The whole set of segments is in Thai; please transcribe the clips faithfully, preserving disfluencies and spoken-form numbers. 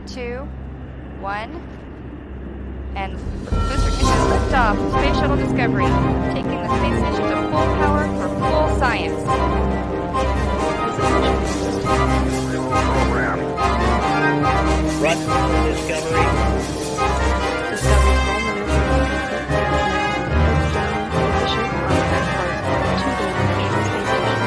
two, one, and booster engines lift off. Space Shuttle Discovery, taking the space station to full power for full science. Run, Discovery. Discovery's full maneuver touchdown position on track course to the International Space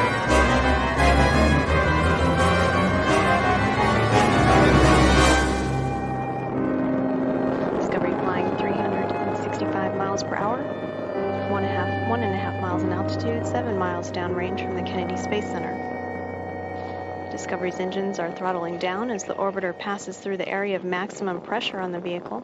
Station. Discovery flying three hundred sixty-five miles per hour, one and a half, one and a half miles in altitude, seven miles downrange from the Kennedy Space Center. Discovery's engines are throttling down as the orbiter passes through the area of maximum pressure on the vehicle.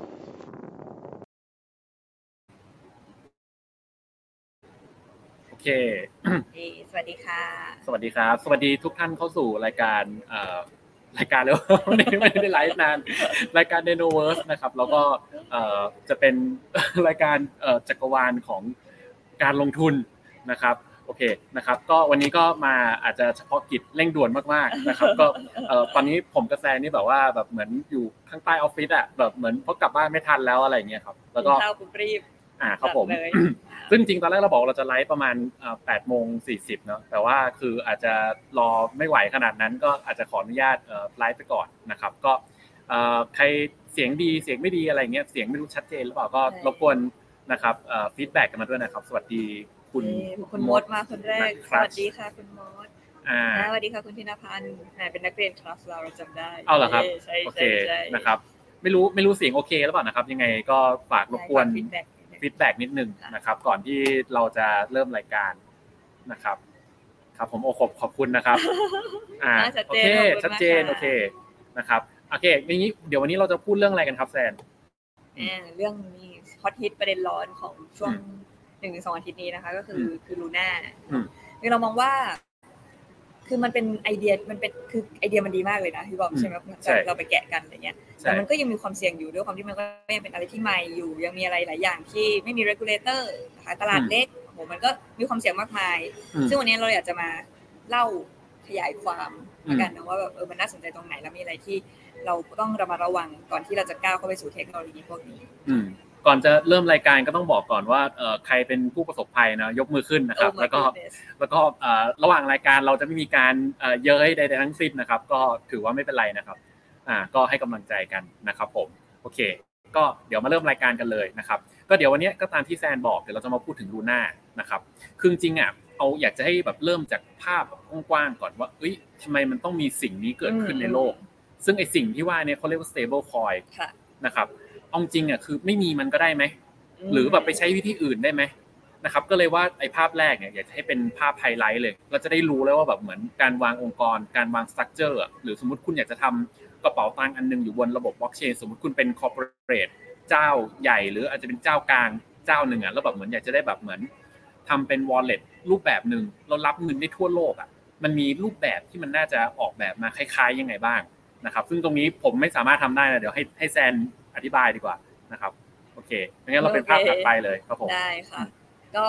โอเคสวัสดีค่ะสวัสดีครับสวัสดีทุกท่านเข้าสู่รายการเอ่อรายการแล้ว วันนี้ไม่ได้ไลฟ์นานรายการ Nanoverse นะครับแล้วก็เอ่อจะเป็น รายการเอ่อจักรวาลของการลงทุนนะครับโอเคนะครับก็วันนี้ก็มาอาจจะเฉพาะกิจเร่งด่วนมากๆนะครับก็เอ่อตอนนี้ผมกับแซนนี่แบบว่าแบบเหมือนอยู่ข้างใต้ออฟฟิศอ่ะแบบเหมือนเพราะกลับบ้านไม่ทันแล้วอะไรอย่างเงี้ยครับแล้วก็ข้าวคุณรีบอ่าครับผมซึ่งจริงตอนแรกเราบอกเราจะไลฟ์ประมาณเอ่อ แปดโมงสี่สิบ เนาะแต่ว่าคืออาจจะรอไม่ไหวขนาดนั้นก็อาจจะขออนุญาตเอ่อไลฟ์ไปก่อนนะครับก็เอ่อใครเสียงดีเสียงไม่ดีอะไรเงี้ยเสียงไม่รู้ชัดเจนหรือเปล่าก็รบกวนนะครับเอ่อฟีดแบ็กกันมาด้วยนะครับสวัสดีคุณคุณมดมาคนแรกสวัสดีค่ะคุณมดอ่าสวัสดีค่ะคุณธินภัณฑ์เป็นนักเรียนคลาสเราเราจำได้เอาเหรอครับโอเคนะครับไม่รู้ไม่รู้เสียงโอเคหรือเปล่านะครับยังไงก็ฝากรบกวนฟีดแบ็กนิดนึงนะครับก่อนที่เราจะเริ่มรายการนะครับครับผมโอขอบขอบคุณนะครับอ่าโอเคชัดเจนโอเคนะครับโอเคอย่างนี้เดี๋ยววันนี้เราจะพูดเรื่องอะไรกันครับแซนอ่าเรื่องนี้ฮอตฮิตประเด็นร้อนของช่วง หนึ่งถึงสอง อาทิตย์นี้นะคะก็คือคือลูน่าคือเรามองว่าคือมันเป็นไอเดียมันเป็นคือไอเดียมันดีมากเลยนะพี่บอมใช่มั้ยเราไปแกะกันอะไรเงี้ยแต่มันก็ยังมีความเสี่ยงอยู่ด้วยความที่มันก็ยังเป็นอะไรที่ใหม่อยู่ยังมีอะไรหลายอย่างที่ไม่มี regulator นะคะตลาดเล็กโหมันก็มีความเสี่ยงมากมายซึ่งวันนี้เราอยากจะมาเล่าขยายความละกันนะว่าแบบเออมันน่าสนใจตรงไหนแล้วมีอะไรที่เราต้องระมัดระวังก่อนที่เราจะก้าวเข้าไปสู่เทคโนโลยีพวกนี้ก่อนจะเริ่มรายการก็ต้องบอกก่อนว่าเอ่อใครเป็นผู้ประสบภัยนะยกมือขึ้นนะครับ oh แล้วก็แล้วก็เอ่อระหว่างรายการเราจะไม่มีการเอ่อเย้ยใดๆทั้งสิ้นนะครับก็ถือว่าไม่เป็นไรนะครับอ่าก็ให้กำลังใจกันนะครับผมโอเคก็เดี๋ยวมาเริ่มรายการกันเลยนะครับก็เดี๋ยววันนี้ก็ตามที่แซนบอกเดี๋ยวเราจะมาพูดถึงลูน่านะครับคือจริงๆอ่ะเอาอยากจะให้แบบเริ่มจากภาพกว้างๆก่อนว่าเอ้ยทำไมมันต้องมีสิ่งนี้เกิดขึ้นในโลกซึ่งไอ้สิ่งที่ว่าเนี่ยเขาเรียกว่า stable coin นะครับเอาจริงอ่ะคือไม่มีมันก็ได้ไหมหรือแบบไปใช้วิธีอื่นได้ไหมนะครับก็เลยว่าไอ้ภาพแรกเนี่ยอยากจะให้เป็นภาพไฮไลท์เลยเราจะได้รู้แล้วว่าแบบเหมือนการวางองค์กรการวางสตรัคเจอร์หรือสมมุติคุณอยากจะทำกระเป๋าตังค์อันนึงอยู่บนระบบบล็อกเชนสมมุติคุณเป็นคอร์ปอเรทเจ้าใหญ่หรืออาจจะเป็นเจ้ากลางเจ้านึงอ่ะแล้วแบบเหมือนอยากจะได้แบบเหมือนทำเป็น wallet รูปแบบนึงเรารับเงินได้ทั่วโลกอ่ะมันมีรูปแบบที่มันน่าจะออกแบบมาคล้ายๆยังไงบ้างนะครับซึ่งตรงนี้ผมไม่สามารถทำได้นะเดี๋ยวให้ให้แซนอธิบายดีกว่านะครับโอเคงั้นเราเป็นภาพถัดไปเลยครับผมได้ค่ะก็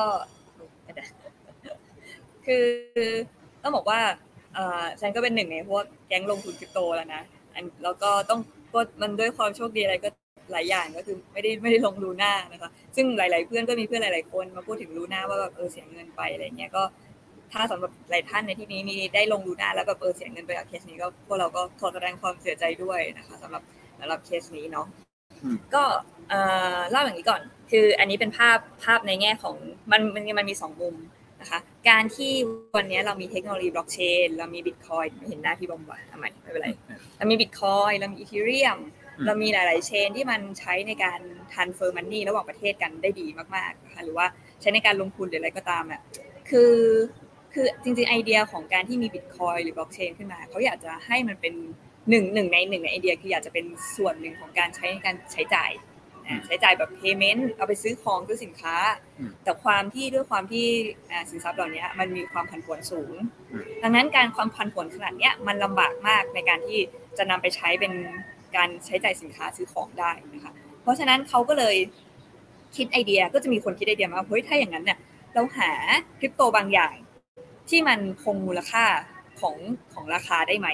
คือต้องบอกว่าเอ่อแซนก็เป็นหนึ่งในพวกแก๊งลงทุนคริปโตแล้วนะแล้วก็ต้องก็มันด้วยความโชคดีอะไรก็หลายอย่างก็คือไม่ได้ไม่ได้ลงลูน่านะคะซึ่งหลายๆเพื่อนก็มีเพื่อนหลายๆคนมาพูดถึงลูน่าว่าแบบเออเสียเงินไปอะไรเงี้ยก็ถ้าสำหรับหลายท่านในที่นี้มีได้ลงลูน่าแล้วแบบเออเสียเงินไปกับเคสนี้ก็พวกเราก็ขอแสดงความเสียใจด้วยนะคะสำหรับสำหรับเคสนี้เนาะก็เอ่อเล่าอย่างนี้ก่อนคืออันนี้เป็นภาพภาพในแง่ของมันมันมันมีสองมุมนะคะการที่วันนี้เรามีเทคโนโลยีบล็อกเชนเรามี Bitcoin ไม่เห็นหน้าพี่บอมว่ะทำไมไม่เป็นไรเรามี Bitcoin เรามี Ethereum เรามีหลายๆเชนที่มันใช้ในการ transfer money ระหว่างประเทศกันได้ดีมากๆนะคะหรือว่าใช้ในการลงทุนหรืออะไรก็ตามอ่ะคือคือจริงๆไอเดียของการที่มี Bitcoin หรือบล็อกเชนขึ้นมาเขาอยากจะให้มันเป็นหนึ่งหนึ่งในหนึ่งในไอเดียคืออยากจะเป็นส่วนหนึ่งของการใช้ในการใช้จ่ายใช้จ่ายแบบ payment เอาไปซื้อของซื้อสินค้าแต่ความที่ด้วยความที่สินทรัพย์เหล่านี้มันมีความผันผวนสูงดังนั้นการความผันผวนขนาดนี้มันลำบากมากในการที่จะนำไปใช้เป็นการใช้จ่ายสินค้าซื้อของได้นะคะเพราะฉะนั้นเขาก็เลยคิดไอเดียก็จะมีคนคิดไอเดียมาเฮ้ยถ้าอย่างนั้นเนี่ยเราหาคริปโตบางอย่างที่มันคงมูลค่าของของราคาได้ไหม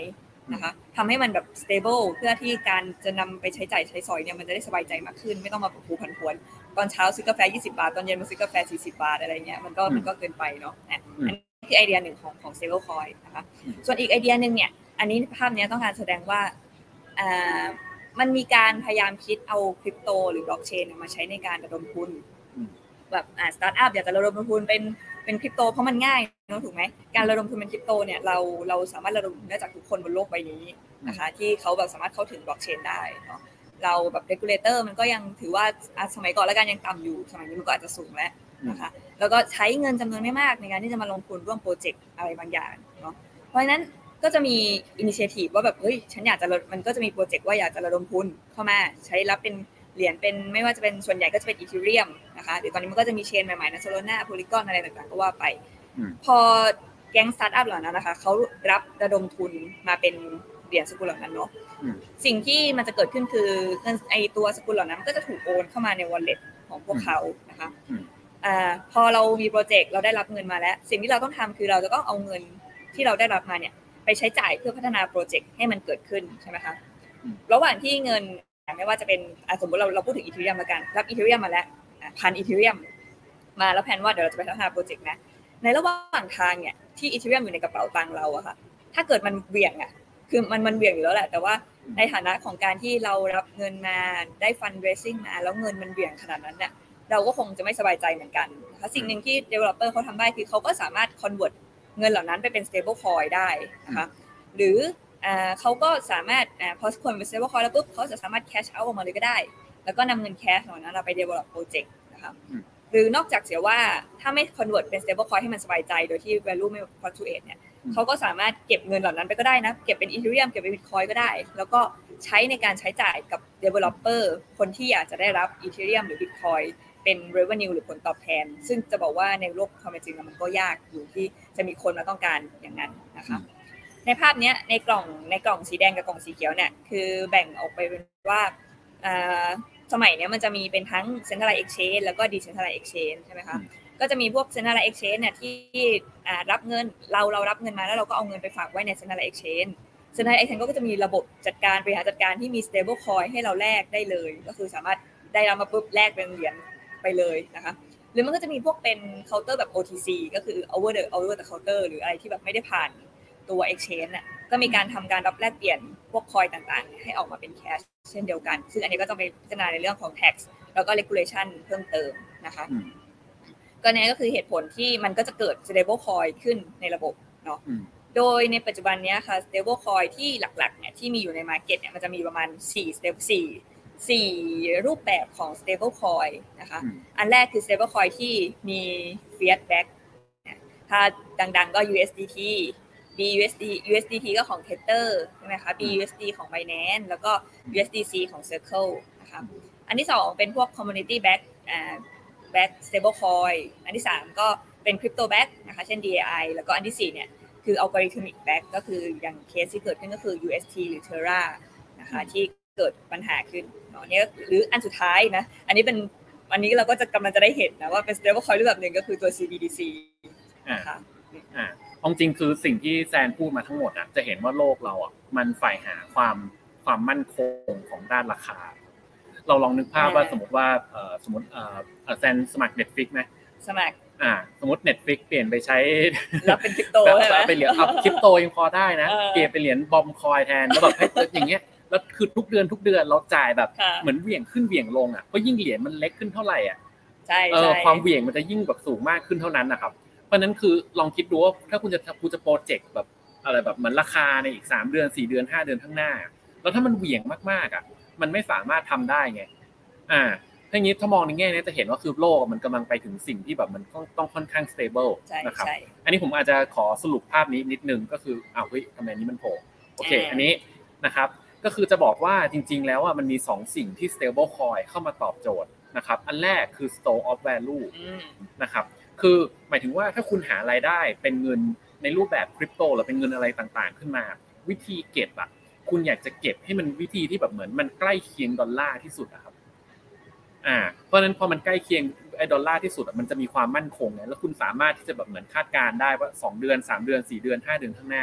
นะคะทำให้มันแบบ stable เพื่อที่การจะนำไปใช้จ่ายใช้สอยเนี่ยมันจะได้สบายใจมากขึ้นไม่ต้องมาผูกพันพวนตอนเช้าซื้อกาแฟยี่สิบบาทตอนเย็นมาซื้อกาแฟสี่สิบบาทอะไรเงี้ยมันก็มันก็เกินไปเนาะอันนี้คือไอเดียหนึ่งของของ stablecoin นะคะส่วนอีกไอเดียนึงเนี่ยอันนี้ภาพนี้ต้องการแสดงว่าอ่ามันมีการพยายามคิดเอาคริปโตหรือบล็อกเชนมาใช้ในการระดมทุนแบบอ่าสตาร์ทอัพอยากจะระดมทุนเป็นเป็นคริปโตเพราะมันง่ายเนาะถูกไหมการระดมทุนเป็นคริปโตเนี่ยเราเราสามารถระดมทุนได้จากทุกคนบนโลกใบนี้นะคะที่เขาแบบสามารถเข้าถึงบล็อกเชนได้เนาะเราแบบ regulator มันก็ยังถือว่าสมัยก่อนแล้วกันยังต่ำอยู่สมัยนี้มันก็อาจจะสูงแล้วนะคะแล้วก็ใช้เงินจำนวนไม่มากในการที่จะมาลงทุนร่วมโปรเจกต์อะไรบางอย่างเนาะเพราะฉะนั้นก็จะมีอินิเชียทีฟว่าแบบเฮ้ยฉันอยากจะมันก็จะมีโปรเจกต์ว่าอยากจะระดมทุนเข้ามาใช้รับเป็นเหรียญเป็นไม่ว่าจะเป็นส่วนใหญ่ก็จะเป็นอีเธเรียมนะคะเดี๋ยวตอนนี้มันก็จะมีเชนใหม่ๆนะโซโลนาโพลีกอนอะไรต่างๆก็ว่าไปพอแก๊งสตาร์ทอัพเหล่านั้นนะคะเขารับระดมทุนมาเป็นเหรียญสกุลเหล่านั้นเนาะสิ่งที่มันจะเกิดขึ้นคือเงินไอตัวสกุลเหล่านั้นก็จะถูกโอนเข้ามาใน wallet ของพวกเขานะคะอ่าพอเรามีโปรเจกต์เราได้รับเงินมาแล้วสิ่งที่เราต้องทำคือเราจะต้องเอาเงินที่เราได้รับมาเนี่ยไปใช้จ่ายเพื่อพัฒนาโปรเจกต์ให้มันเกิดขึ้นใช่ไหมคะระหว่างที่เงินไม่ว่าจะเป็นสมมติเราเราพูดถึงอีเธเรียมแล้วกันรับอีเธเรียมมาแล้วพันอีเธเรียมมาแล้วแผนว่าเดี๋ยวเราจะไปพัฒนาโปรเจกต์นะในระหว่างทางเนี่ยที่อีเธเรียมอยู่ในกระเป๋าตังค์เราอะค่ะถ้าเกิดมันเหวี่ยงอะคือมันมันเหวี่ยงอยู่แล้วแหละแต่ว่าในฐานะของการที่เรารับเงินมาได้ฟันเรซซิ่งมาแล้วเงินมันเหวี่ยงขนาดนั้นเนี่ยเราก็คงจะไม่สบายใจเหมือนกันนะคะสิ่งหนึ่งที่ developer เขาทำได้คือเขาก็สามารถ convert เงินเหล่านั้นไปเป็น stable coin ได้นะคะหรืออ่าเขาก็สามารถอ่าพอคนเป็น stable coin แล้วปุ๊บเขาจะสามารถ cash out ออกมาเลยก็ได้แล้วก็นำเงิน cash เหล่านั้นไป develop project นะคะหรือนอกจากเสียว่าถ้าไม่ convert เป็น stable coin ให้มันสบายใจโดยที่ value ไม่ fluctuate เนี่ยเขาก็สามารถเก็บเงินเหล่านั้นไปก็ได้นะเก็บเป็น Ethereum เก็บเป็น Bitcoin ก็ได้แล้วก็ใช้ในการใช้จ่ายกับ developer คนที่อยากจะได้รับ Ethereum หรือ Bitcoin เป็น revenue หรือผลตอบแทนซึ่งจะบอกว่าในโลกความเป็นจริงมันก็ยากอยู่ที่จะมีคนมาต้องการอย่างนั้นนะคะในภาพนี้ในกล่องในกล่องสีแดงกับกล่องสีเขียวเนี่ยคือแบ่งออกไปเป็นว่าสมัยนี้มันจะมีเป็นทั้ง Centralized Exchange แล้วก็ Decentralized Exchange ใช่ไหมคะก็จะมีพวก Centralized Exchange เนี่ยที่รับเงินเราเรารับเงินมาแล้วเราก็เอาเงินไปฝากไว้ใน Centralized Exchange Centralized Exchange ก็จะมีระบบจัดการบริหารจัดการที่มี stable coin ให้เราแลกได้เลยก็คือสามารถได้รับมาปุ๊บแลกเป็นเหรียญไปเลยนะคะหรือมันก็จะมีพวกเป็นเคาน์เตอร์แบบ โอ ที ซี ก็คือ over the over the counter หรืออะไรที่แบบไม่ได้ผ่านตัว exchange น่ะก็มีการทำการรับแลกเปลี่ยนพวก coin ต่างๆให้ออกมาเป็น cash เช่นเดียวกันซึ่งอันนี้ก็ต้องไปพิจารณาในเรื่องของ tax แล้วก็ regulation เพิ่มเติมนะคะก็นี่ก็คือเหตุผลที่มันก็จะเกิด stable coin ขึ้นในระบบเนาะโดยในปัจจุบันนี้ค่ะ stable coin ที่หลักๆเนี่ยที่มีอยู่ใน market เนี่ยมันจะมีประมาณสี่ stable สี่สี่รูปแบบของ stable coin นะคะอันแรกคือ stable coin ที่มี fiat back ถ้าดังๆก็ ยู เอส ดี ที B ยู เอส ดี ยู เอส ดี ที ก็ของ Tether ใช่ไหมคะ B ยู เอส ดี ของ Binance แล้วก็ ยู เอส ดี ซี ของ Circle นะคะอันที่สองเป็นพวก community back อ่า back stable coin อันที่สามก็เป็น crypto back นะคะเช่น ดี เอ ไอ แล้วก็อันที่สี่เนี่ยคือ algorithmic back ก็คืออย่างเคสที่เกิดขึ้นก็คือ ยู เอส ที หรือ Terra นะคะที่เกิดปัญหาขึ้นเนาะเนี่ยหรืออันสุดท้ายนะอันนี้เป็นอันนี้เราก็จะกำลังจะได้เห็นนะว่าเป็น stable coin รูปแบบหนึ่งก็คือตัว ซี บี ดี ซี นะคะอ่าจริงคือสิ่งที่แซนพูดมาทั้งหมดอ่ะจะเห็นว่าโลกเราอ่ะมันใฝ่หาความความมั่นคงของด้านราคาเราลองนึกภาพว่าสมมติว่าเอ่อสมมติเอ่อแซนสมัคร Netflix มั้ยสมัครอ่าสมมติ Netflix เปลี่ยนไปใช้แล้วเป็นคริปโตใช่มั้ยไปเหรียญอัพคริปโตยังพอได้นะเปลี่ยนไปเหรียญบอมคอยแทนแล้วแบบให้อย่างเงี้ยแล้วคือทุกเดือนทุกเดือนเราจ่ายแบบเหมือนเหวี่ยงขึ้นเหวี่ยงลงอ่ะเพราะยิ่งเหรียญมันเล็กขึ้นเท่าไหร่อ่ะใช่ๆเออความเหวี่ยงมันจะยิ่งแบบสูงมากขึ้นเท่านั้นนะครับเพราะนั้นคือลองคิดดูว่าถ้าคุณจะคุณจะโปรเจกต์แบบอะไรแบบเหมือนราคาในอีกสามเดือนสี่เดือนห้าเดือนข้างหน้าแล้วถ้ามันเหวี่ยงมากๆอ่ะมันไม่สามารถทำได้ไงอ่าถ้างี้ถ้ามองในแง่นี้จะเห็นว่าคือโลกมันกำลังไปถึงสิ่งที่แบบมันต้องต้องค่อนข้าง stable นะครับอันนี้ผมอาจจะขอสรุปภาพนี้นิดนึงก็คืออ้าวเฮ้ยทำไมนี้มันโผล่โอเคอันนี้นะครับก็คือจะบอกว่าจริงๆแล้วอ่ะมันมีสองสิ่งที่ stable coin เข้ามาตอบโจทย์นะครับอันแรกคือ store of value นะครับคือหมายถึงว่าถ้าคุณหารายได้เป็นเงินในรูปแบบคริปโตหรือเป็นเงินอะไรต่างๆขึ้นมาวิธีเก็บอ่ะคุณอยากจะเก็บให้มันวิธีที่แบบเหมือนมันใกล้เคียงดอลลาร์ที่สุดอะครับอ่าเพราะฉะนั้นพอมันใกล้เคียงไอ้ดอลลาร์ที่สุดอ่ะมันจะมีความมั่นคงไงแล้วคุณสามารถที่จะแบบเหมือนคาดการณ์ได้ว่าสองเดือนสามเดือนสี่เดือนห้าเดือนข้างหน้า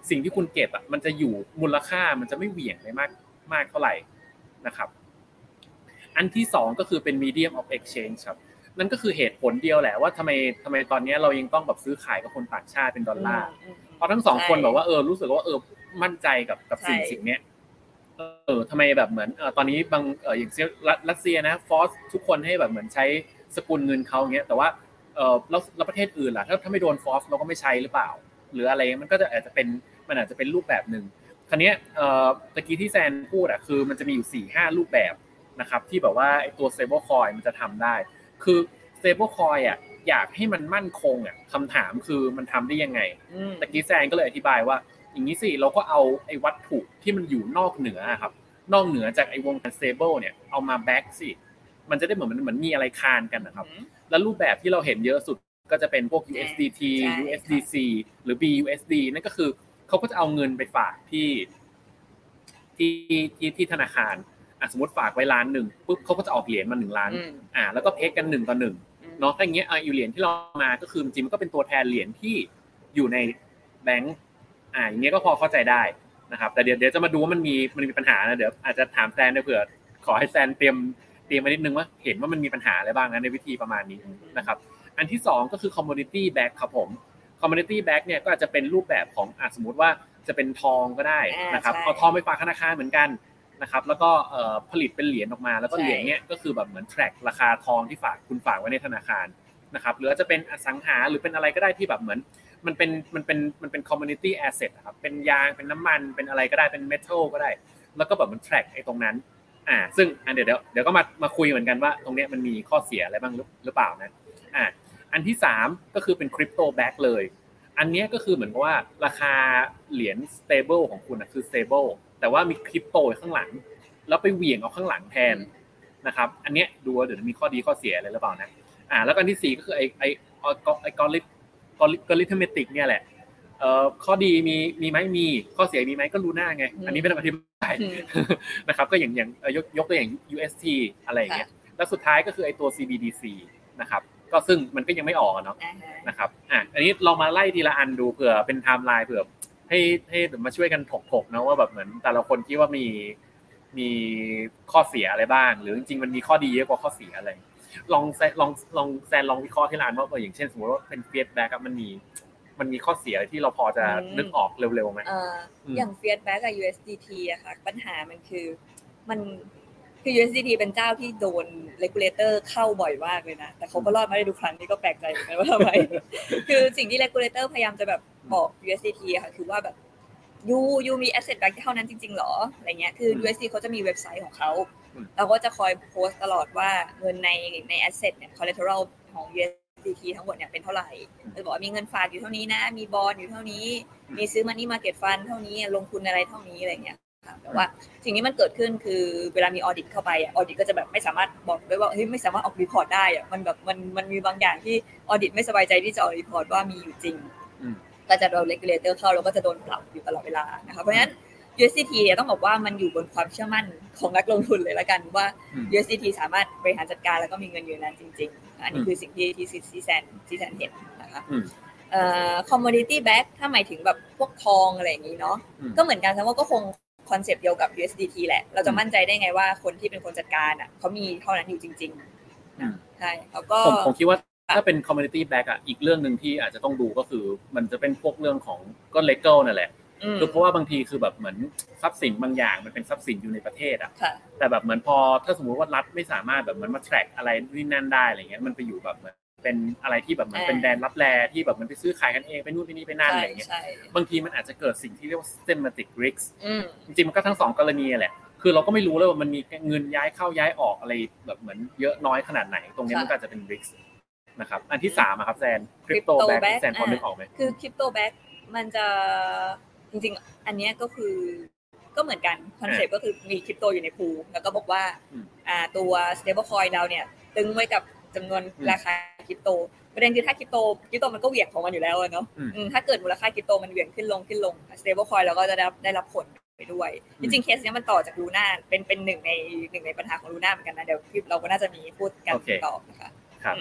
สิ่งที่คุณเก็บอ่ะมันจะอยู่มูลค่ามันจะไม่เหวี่ยงไปมากมากเท่าไหร่นะครับอันที่สองก็คือเป็น medium of exchange ครับนั่นก็คือเหตุผลเดียวแหละว่าทำไมทำไมตอนนี้เรายังต้องแบบซื้อขายกับคนต่างชาติเป็นดอลลาร์เพราะทั้งสองคนบอกว่าเออรู้สึกว่าเออมั่นใจกับกับสิ่งสิ่งนี้เออทำไมแบบเหมือนเออตอนนี้บางเอออย่างรัสเซียนะฟอสทุกคนให้แบบเหมือนใช้สกุลเงินเขาอย่างเงี้ยแต่ว่าเออแล้วแล้วประเทศอื่นล่ะถ้าถ้าไม่โดนฟอสเราก็ไม่ใช้หรือเปล่าหรืออะไรมันก็จะอาจจะเป็นมันอาจจะเป็นรูปแบบนึงคราวนี้เอ่อตะกี้ที่แซนพูดอ่ะคือมันจะมีอยู่ สี่ห้า รูปแบบนะครับที่แบบว่าไอ้ตัว stable coin มันจะทำได้คือ stable coin อ่ะอยากให้มันมั่นคงอ่ะคำถามคือมันทำได้ยังไงตะกี้แซนก็เลยอธิบายว่าอย่างนี้สิเราก็เอาไอ้วัตถุที่มันอยู่นอกเหนือครับนอกเหนือจากไอ้วงการ stable เนี่ยเอามา back สิมันจะได้เหมือนมันเหมือนมีอะไรคานกันนะครับแล้วรูปแบบที่เราเห็นเยอะสุดก็จะเป็นพวก ยู เอส ดี ที ยู เอส ดี ซี หรือ บี ยู เอส ดี นั่นก็คือเขาก็จะเอาเงินไปฝากที่ที่ที่ที่ธนาคารอ่ะสมมติฝากไว้ล้านหนึ่งปุ๊บเขาก็จะออกเหรียญมาหนึ่งล้านอ่าแล้วก็เพกกันหนึ่งต่อหนึ่งเนาะถ้าอย่างเงี้ยอ่ะอยู่เหรียญที่เรามาก็คือจริงๆมันก็เป็นตัวแทนเหรียญที่อยู่ในแบงก์อ่าอย่างเงี้ยก็พอเข้าใจได้นะครับแต่เดี๋ยวเดี๋ยวจะมาดูว่ามันมีมันมีปัญหานะเดี๋ยวอาจจะถามแซนเผื่อขอให้แซนเตรียมเตรียมมานิดนึงว่าเห็นว่ามันมีปัญหาอะไรบ้างนะในวิธีประมาณนี้นะครับอันที่สองก็คือ commodity back ครับผม commodity back เนี่ยก็อาจจะเป็นรูปแบบของอ่ะสมมุติว่าจะเป็นทองก็ได้นะครับเอาทองไปฝากธนาคารเหมือนกันนะครับแล้วก็เอ่อผลิตเป็นเหรียญออกมาแล้วก็เหรียญเนี่ยก็คือแบบเหมือน track ราคาทองที่ฝากคุณฝากไว้ในธนาคารนะครับหรือจะเป็นอสังหาหรือเป็นอะไรก็ได้ที่แบบเหมือนมันเป็นมันเป็นมันเป็น commodity asset ครับเป็นยางเป็นน้ำมันเป็นอะไรก็ได้เป็น metal ก็ได้แล้วก็แบบมัน track ไอ้ตรงนั้นอ่าซึ่งอันเดี๋ยวเดี๋ยวก็มามาคุยเหมือนกันว่าตรงเนี้ยมันมีข้อเสียอะไรบ้างหรือเปล่านะอ่าอันที่สามก็คือเป็น crypto back เลยอันนี้ก็คือเหมือนกับว่าราคาเหรียญ stable ของคุณนะคือ stable แต่ว่ามีคริปโตข้างหลังแล้วไปเหวี่ยงเอาข้างหลังแทนนะครับอันเนี้ยดูว่าเดี๋ยวมีข้อดีข้อเสียอะไรหรือเปล่านะอ่าแล้วกันที่สี่ก็คือไอ้ไอ้ไอ้กอริกอริทึเมติกเนี่ยแหละเอ่อข้อดีมีมีมั้ยมีข้อเสียมีมั้ยก็รู้หน้าไงอันนี้ไม่ต้องอธิบายนะครับก็อย่างอย่างยกยกตัวอย่าง ยู เอส ที อะไรอย่างเงี้ยแล้วสุดท้ายก็คือไอ้ตัว ซี บี ดี ซี นะครับก็ซึ่งมันก็ยังไม่ออกเนาะนะครับอ่ะอันนี้ลองมาไล่ทีละอันดูเผื่อเป็นไทม์ไลน์เผื่อให้ให้มาช่วยกันถกๆนะว่าแบบเหมือนแต่ละคนคิดว่ามีมีข้อเสียอะไรบ้างหรือจริงๆมันมีข้อดีเยอะกว่าข้อเสียอะไรลองลองลองแซนลองวิเคราะห์ที่ร้านว่าอย่างเช่นสมมติว่าเป็นเฟียสแบ็กมันมีมันมีข้อเสียที่เราพอจะนึกออกเร็วๆไหมอ่าอย่างเฟียสแบ็กกับ ยู เอส ดี ที อะค่ะปัญหามันคือมันคือ ยู เอส ดี ที เป็นเจ้าที่โดน regulator เข้าบ่อยมากเลยนะแต่เขาก็รอดมาได้ทุกครั้งนี่ก็แปลกใจเหมือนกันว่าทำไมคือสิ่งที่ regulator พยายามจะแบบบอก ยู เอส ดี ที อะค่ะคือว่าแบบยูยูมี asset back เท่านั้นจริงๆหรออะไรเงี้ยคือ ยู เอส ดี เขาจะมีเว็บไซต์ของเขาเราก็จะคอยโพสต์ตลอดว่าเงินในใน asset เนี่ย collateral ของ ยู เอส ดี ที ทั้งหมดเนี่ยเป็นเท่าไหร่จะบอกว่ามีเงินฝากอยู่เท่านี้นะมีบอนด์อยู่เท่านี้มีซื้อ money market fund เท่านี้ลงทุนอะไรเท่านี้อะไรเงี้ยแต่ว่าสิ่งนี้มันเกิดขึ้นคือเวลามีออดิตเข้าไปอ่ะออดิตก็จะแบบไม่สามารถบอกได้ว่าเฮ้ยไม่สามารถออกรีพอร์ตได้อ่ะมันแบบมันมันมีบางอย่างที่ออดิตไม่สบายใจที่จะออกรีพอร์ตว่ามีอยู่จริงก็จะโดน regulator เข้าแล้วก็จะโดนปรับอยู่ตลอดเวลานะคะเพราะฉะนั้น ยู เอส ดี ที เนี่ยต้องบอกว่ามันอยู่บนความเชื่อมั่นของนักลงทุนเลยละกันว่า ยู เอส ดี ที สามารถบริหารจัดการแล้วก็มีเงินอยู่นั้นจริงๆอันนี้คือสิ่งที่ที่ที่แซนที่แซนเห็นนะคะเอ่อ commodity back ถ้าหมายถึงแบบพวกทองอะไรอย่างนี้เนาะก็เหมือนกันแสดงว่าก็คงคอนเซปต์เดียวกับ ยู เอส ดี ที แหละเราจะมั่นใจได้ไงว่าคนที่เป็นคนจัดการอ่ะเขามีเท่านั้นอยู่จริงๆใช่แล้วก็ผมผมคิดว่าถ้าเป็น community back อ่ะอีกเรื่องนึงที่อาจจะต้องดูก็คือมันจะเป็นพวกเรื่องของก็ legal นั่นแหละคือเพราะว่าบางทีคือแบบเหมือนทรัพย์สินบางอย่างมันเป็นทรัพย์สินอยู่ในประเทศอ่ะแต่แบบเหมือนพอถ้าสมมุติว่ารัฐไม่สามารถแบบเหมือนมา track อะไรนี่นั่นได้อะไรเงี้ยมันไปอยู่แบบเหมือนเป็นอะไรที่แบบมันเป็นแดนลับแลที่แบบมันไปซื้อขายกันเองไปนู่นไปนี่ไปนั่นอะไรเงี้ยบางทีมันอาจจะเกิดสิ่งที่เรียกว่า systematic risk จริงๆมันก็ทั้งสองกรณีแหละคือเราก็ไม่รู้เลยว่ามันมีเงินย้ายเข้าย้ายออกอะไรแบบเหมือนเยอะน้อยขนาดไหนตรงนี้มันก็จะเป็น risk นะครับอันที่สามอ่ะครับแซน crypto back แซนพอนึกออกมั้ยคือ crypto back มันจะจริงๆอันนี้ก็คือก็เหมือนกันคอนเซ็ปต์ก็คือมีคริปโตอยู่ในพูลแล้วก็บอกว่าอ่าตัว stable coin เราเนี่ยตึงไว้กับจำนวนราคาคริปโตประเด็นคือถ้าคริปโตคริปโตมันก็เหวี่ยงของมันอยู่แล้วเนาะถ้าเกิดมูลค่าคริปโตมันเหวี่ยงขึ้นลงขึ้นลง stable coin เราก็จะได้ได้รับผลไปด้วยจริงๆเคสนี้มันต่อจากลูน่าเป็นเป็นหนึ่งในหนึ่งในปัญหาของลูน่าเหมือนกันนะเดี๋ยวคลิปเราก็น่าจะมีพูดกันต่อนะคะครับ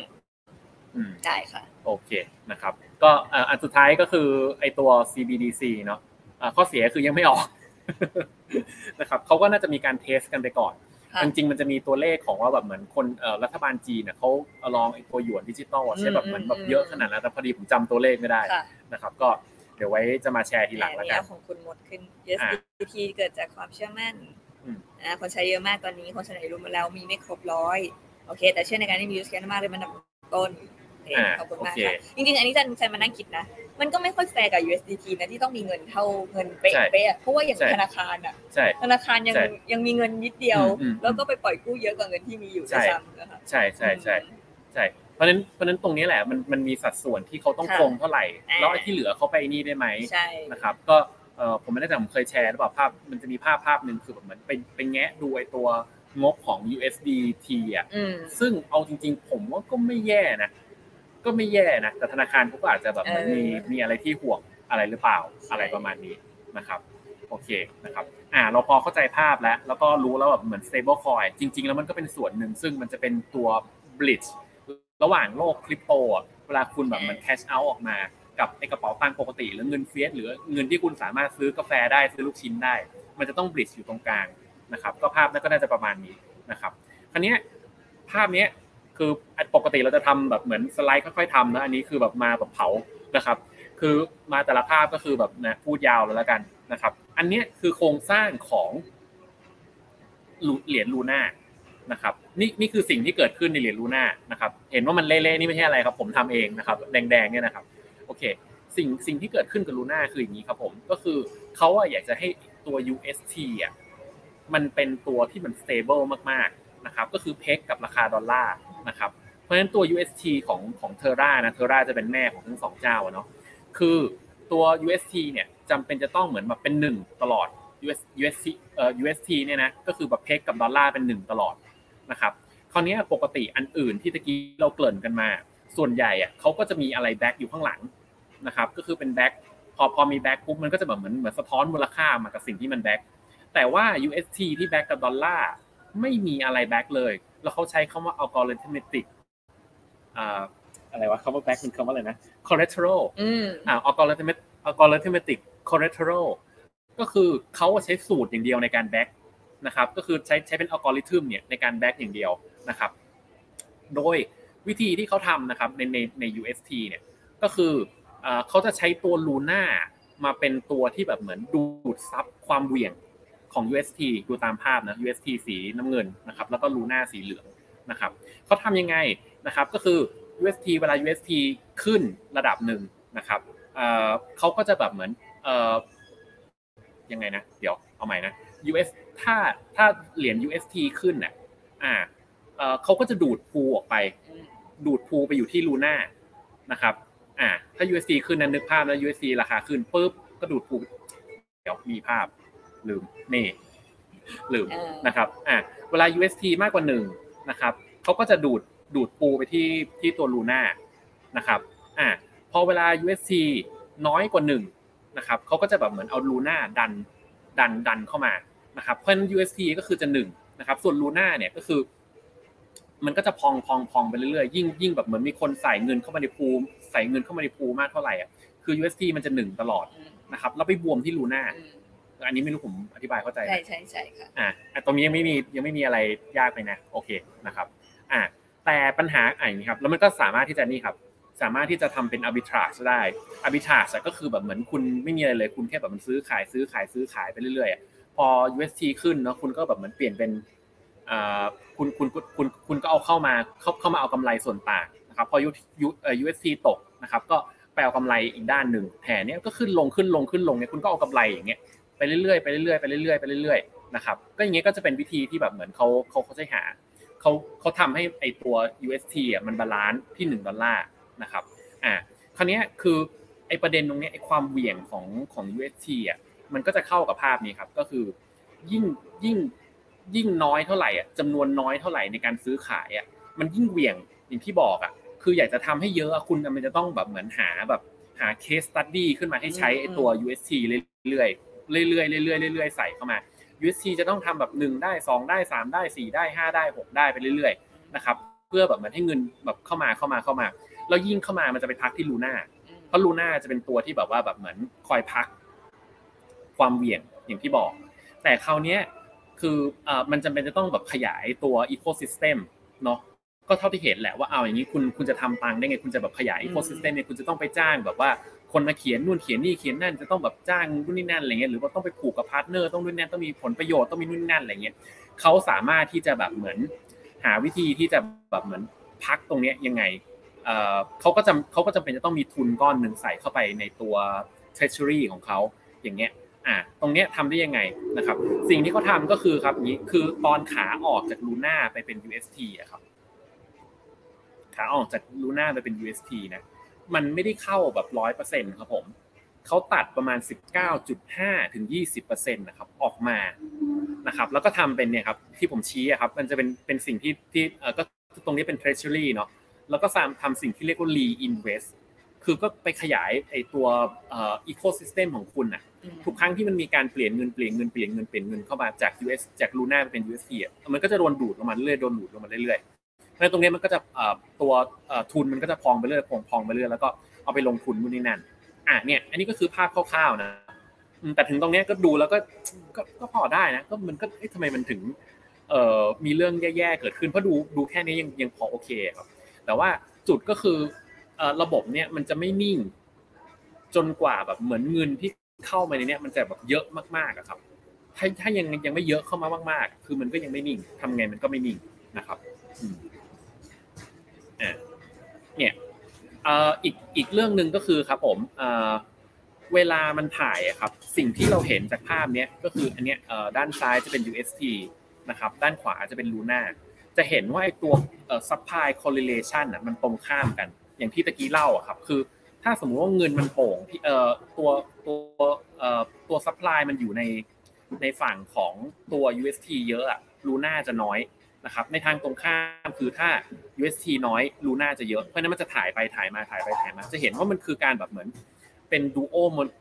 ได้ค่ะโอเคนะครับก็อันสุดท้ายก็คือไอตัว ซี บี ดี ซี เนาะข้อเสียคือยังไม่ออกนะครับเขาก็น่าจะมีการเทสกันไปก่อนจริงๆมันจะมีตัวเลขของว่าแบบเหมือนคนรัฐบาลจีนเนี่ยเขาลองไอ้ตัวหยวนดิจิตอลใช่แบบเหมือนแบบเยอะขนาดนั้นแต่พอดีผมจำตัวเลขไม่ได้นะครับก็เดี๋ยวไว้จะมาแชร์ทีหลังแล้วกันของคุณหมดขึ้น ยู เอส ดี ที เกิดจากความเชื่อมั่นอ่าคนใช้เยอะมากตอนนี้คนใช้รู้มาแล้วมีไม่ครบร้อยโอเคแต่เชื่อในการที่มียูสแกนมากเลยมันต้นขอบคุณมากค่ะจริงๆอันนี้จันจันมานั่งคิดนะมันก็ไม่ค่อยแฟร์กับ ยู เอส ดี ที นะที่ต้องมีเงินเท่าเงินเป๊ะๆเพราะว่าอย่างธนาคารอ่ะธนาคารยังยังมีเงินนิดเดียวแล้วก็ไปปล่อยกู้เยอะกว่าเงินที่มีอยู่ด้วยซ้ำนะคะใช่ใช่ใช่ใช่เพราะฉะนั้นเพราะฉะนั้นตรงนี้แหละมันมันมีสัดส่วนที่เขาต้องคงเท่าไหร่แล้วไอ้ที่เหลือเขาไปนี่ได้ไหมนะครับก็เอ่อผมไม่แน่ใจผมเคยแชร์หรือเปล่าภาพมันจะมีภาพภาพนึงคือแบบเหมือนไปไปแงะดูไอ้ตัวงบของ ยู เอส ดี ที อ่ะซึ่งเอาจริงๆผมว่าก็ไม่แย่นะก็ไม่แย่นะแต่ธนาคารเขาก็อาจจะแบบมันมีมีอะไรที่ห่วงอะไรหรือเปล่าอะไรประมาณนี้นะครับโอเคนะครับอ่าเราพอเข้าใจภาพแล้วแล้วก็รู้แล้วแบบเหมือน stable coin จริงๆแล้วมันก็เป็นส่วนหนึ่งซึ่งมันจะเป็นตัว bridge ระหว่างโลกคริปโตอ่ะเวลาคุณแบบมัน cash out ออกมากับไอ้กระเป๋าตังค์ปกติหรือเงินเฟียสหรือเงินที่คุณสามารถซื้อกาแฟได้ซื้อลูกชิ้นได้มันจะต้อง bridge อยู่ตรงกลางนะครับก็ภาพนั้นก็น่าจะประมาณนี้นะครับคราวนี้ภาพนี้คือปกติเราจะทำแบบเหมือนสไลด์ค่อยๆทำนะอันนี้คือแบบมาแบบเผานะครับคือมาแต่ละภาพก็คือแบบนะพูดยาวเลยแล้วกันนะครับอันนี้คือโครงสร้างของเหรียญลูน่านะครับนี่นี่คือสิ่งที่เกิดขึ้นในเหรียญลูน่านะครับเห็นว่ามันเละๆนี่ไม่ใช่อะไรครับผมทำเองนะครับแดงๆเนี่ยนะครับโอเคสิ่งสิ่งที่เกิดขึ้นกับลูน่าคืออย่างนี้ครับผมก็คือเขาอะอยากจะให้ตัว ยู เอส ที อ่ะมันเป็นตัวที่มัน stable มากๆนะครับก็คือเพกกับราคาดอลลาร์นะครับเพราะฉะนั้นตัว ยู เอส ที ของของ Terra นะ Terra จะเป็นแม่ของทั้งสองเจ้าเนาะคือตัว ยู เอส ที เนี่ยจำเป็นจะต้องเหมือนแบบเป็นหนึ่งตลอด ยู เอส ยู เอส ที เอ่อ ยู เอส ที เนี่ยนะก็คือแบบเพกกับดอลลาร์เป็นหนึ่งตลอดนะครับคราวนี้ปกติอันอื่นที่ตะกี้เราเกริ่นกันมาส่วนใหญ่อ่ะเขาก็จะมีอะไรแบ็คอยู่ข้างหลังนะครับก็คือเป็นแบ็คพอพอมีแบ็คปุ๊บมันก็จะแบบเหมือนเหมือนสะท้อนมูลค่ามากับสิ่งที่มันแบ็คแต่ว่า ยู เอส ที ที่แบ็คกับดอลลาร์ไม่มีอะไรแบ็คเลยแล้วเขาใช้คำว่า algorithmic อ่าอะไรวะคำว่าแบ็คเป็นคำว่าอะไรนะ collateral อืมอ่า algorithmic algorithmic collateral ก็คือเขาใช้สูตรอย่างเดียวในการแบ็คนะครับก็คือใช้ใช้เป็นอัลกอริทึมเนี่ยในการแบ็คอย่างเดียวนะครับโดยวิธีที่เขาทำนะครับในในใน ยู เอส ที เนี่ยก็คือเอ่อเขาจะใช้ตัว Luna มาเป็นตัวที่แบบเหมือนดูดซับความเหวี่ยงของ ยู เอส ที ดูตามภาพนะ ยู เอส ที สีน้ำเงินนะครับแล้วก็ Luna สีเหลืองนะครับเขาทำยังไงนะครับก็คือ ยู เอส ที เวลา ยู เอส ที ขึ้นระดับหนึ่งนะครับเอ่อเขาก็จะแบบเหมือนเอ่อยังไงนะเดี๋ยวเอาใหม่นะ ยู เอส ถ้าถ้าเหรียญ ยู เอส ที ขึ้นน่ะอ่าเอ่อเขาก็จะดูดพูออกไปดูดพูไปอยู่ที่ Luna นะครับอ่าถ้า ยู เอส ที ขึ้นนั้นนึกภาพนะ ยู เอส ที ราคาขึ้นปุ๊บก็ดูดพูเดี๋ยวมีภาพลืมนี่ลืมนะครับอ่าเวลา ยู เอส ที มากกว่าหนึ่งนะครับเขาก็จะดูดดูดพูไปที่ที่ตัว Luna นะครับอ่าพอเวลา ยู เอส ที น้อยกว่าหนึ่งนะครับเขาก็จะแบบเหมือนเอา Luna ดันดันดันเข้ามานะครับเพราะฉะนั้น ยู เอส ที ก็คือจะหนึ่งนะครับส่วน Luna เนี่ยก็คือมันก็จะพองพองพองไปเรื่อยๆยิ่งยิ่งแบบเหมือนมีคนใส่เงินเข้ามาในพูใส่เงินเข้ามาในพูมากเท่าไหร่อ่ะคือ ยู เอส ที มันจะหนึ่งตลอดนะครับแล้วไปบวมที่ Luna อันนี้ไม่รู้ผมอธิบายเข้าใจใช่ๆๆค่ะอ่าตรงนี้ยังไม่มียังไม่มีอะไรยากไปนะโอเคนะครับอ่าแต่ปัญหาอ่ะอย่างนี้ครับแล้วมันก็สามารถที่จะนี่ครับสามารถที่จะทำเป็น arbitrage ได้ arbitrage ก็คือแบบเหมือนคุณไม่มีอะไรเลยคุณแค่แบบมันซื้อขายซื้อขายซื้อขายไปเรื่อยๆพอ ยู เอส ที ขึ้นเนาะคุณก็แบบเหมือนเปลี่ยนเป็นอ่าคุณคุณคุณคุณก็เอาเข้ามาเข้าเข้ามาเอากำไรส่วนต่างนะครับพอ ยู เอส ที ตกนะครับก็ไปเอากำไรอีกด้านนึงแผนเนี้ยก็ขึ้นลงขึ้นลงขึ้นลงเนี่ยคุณก็เอากำไรอย่างเงี้ยไปเรื่อยๆไปเรื่อยๆไปเรื่อยๆไปเรื่อยๆนะครับก็อย่างเงี้ยก็จะเป็นวิธีที่แบบเหมือนเขาเขาเขาใช้หาเขาเขาทำให้ไอตัว ยู เอส ที อ่ะมันบาลานซ์ที่หนึ่งดอลลาร์นะครับอ่าคราวนี้คือไอประเด็นตรงนี้ไอความเหวี่ยงของของ ยู เอส ที อ่ะมันก็จะเข้ากับภาพนี้ครับก็คือยิ่งยิ่งยิ่งน้อยเท่าไหร่อ่ะจำนวนน้อยเท่าไหร่ในการซื้อขายอ่ะมันยิ่งเหวี่ยงอย่างที่บอกอ่ะคืออยากจะทำให้เยอะคุณมันจะต้องแบบเหมือนหาแบบหา case study ขึ้นมาให้ใช้ไอตัว ยู เอส ที เรื่อยๆเรื่อยๆเรื่อยๆเรื่อยๆใส่เข้ามา ยู เอส ที จะต้องทำแบบหนึ่งได้สองได้สามได้สี่ได้ห้าได้หกได้ไปเรื่อยๆนะครับเพื่อแบบมันให้เงินแบบเข้ามาเข้ามาเข้ามาแล้วยิ่งเข้ามามันจะไปพักที่ Luna เพราะ Luna จะเป็นตัวที่แบบว่าแบบเหมือนคอยพักความเหวี่ยงอย่างที่บอกแต่คราวนี้คือเอ่อมันจำเป็นจะต้องแบบขยายตัวอีโคซิสเต็มเนาะก็เท่าที่เห็นแหละว่าเอาอย่างนี้คุณคุณจะทำตังค์ได้ไงคุณจะแบบขยายอีโคซิสเต็มเนี่ยคุณจะต้องไปจ้างแบบว่าคนมาเขียนนู่นเขียนนี่เขียนนั่นจะต้องแบบจ้างนู่นนี่นั่นอะไรเงี้ยหรือว่าต้องไปผูกกับพาร์ทเนอร์ต้องนู่นนั่นต้องมีผลประโยชน์ต้องมีนู่นนั่นอะไรเงี้ยเขาสามารถที่จะแบบเหมือนหาวิธีที่จะแบบเหมือนพักตรงนี้ยังไงเอ่อเขาก็จำเขาก็จำเป็นจะต้องมีทุนก้อนนึงใส่เข้าไปในตัว treasury ของเขาอย่างเงี้ยอ่ะตรงเนี้ยทำได้ยังไงนะครับสิ่งที่เขาทำก็คือครับนี้คือตอนขาออกจากลูน่าไปเป็น ยู เอส ที อ่ะครับขาออกจากลูน่าไปเป็น ยู เอส ที นะมันไม่ได้เข้าแบบ หนึ่งร้อยเปอร์เซ็นต์ ครับผมเขาตัดประมาณ สิบเก้าจุดห้า ถึง ยี่สิบเปอร์เซ็นต์ นะครับออกมานะครับแล้วก็ทำเป็นเนี่ยครับที่ผมชี้อ่ะครับมันจะเป็นเป็นสิ่งที่ที่เอ่อก็ตรงนี้เป็น treasury เนาะแล้วก็ทำสิ่งที่เรียกว่า reinvest คือก็ไปขยายไอ้ตัวเอ่อ ecosystem ของคุณน่ะทุกครั้งที่มันมีการเปลี่ยนเงินเปลี่ยนเงินเปลี่ยนเงินเปลี่ยนเงินเข้ามาจาก ยู เอส จาก Luna ไปเป็น ยู เอส ที อ่ะมันก็จะโดนดูดลงมาเรื่อยๆโดนดูดลงมาเรื่อยๆเพราะฉะนั้นตรงนี้มันก็จะเอ่อตัวเอ่อทุนมันก็จะพองไปเรื่อยพองๆไปเรื่อยแล้วก็เอาไปลงทุนนู่นนี่นั่นอ่ะเนี่ยอันนี้ก็คือภาพคร่าวๆนะแต่ถึงตรงนี้ก็ดูแล้วก็ก็ก็พอได้นะก็มันก็เอ๊ะทำไมมันถึงเอ่อมีเรื่องแย่ๆเกิดขึ้นเพราะดูดูแค่นี้ยังยังพอโอเคครับแต่ว่าจุดก็คือเอ่อระบบเนี่ยมันจะไม่นิ่งจนกว่าแบบเหมือนเงินที่เข้ามาในเนี้ยมันจะแบบเยอะมากๆอะครับถ้าถ้ายังยังไม่เยอะเข้ามามากๆคือมันก็ยังไม่นิ่งทำไงมันก็ไม่นิ่งนะครับอืมอ่าเนี่ยเอ่ออีกอีกเรื่องนึงก็คือครับผมเอ่อเวลามันถ่ายอะครับสิ่งที่เราเห็นจากภาพเนี้ยก็คืออันเนี้ยเอ่อด้านซ้ายจะเป็น ยู เอส ที นะครับด้านขวาจะเป็น Luna จะเห็นว่าไอ้ตัวเอ่อ supply correlation น่ะมันตรงข้ามกันอย่างที่ตะกี้เล่าอ่ะครับคือถ้าสมมุติว่าเงินมันโป่งเอ่อตัวตัวเอ่อตัว supply มันอยู่ในในฝั่งของตัว ยู เอส ที เยอะอ่ะ Luna จะน้อยนะครับในทางตรงข้ามคือถ้า ยู เอส ที น้อย Luna จะเยอะเพราะฉะนั้นมันจะถ่ายไปถ่ายมาถ่ายไปถ่ายมาจะเห็นว่ามันคือการแบบเหมือนเป็น duo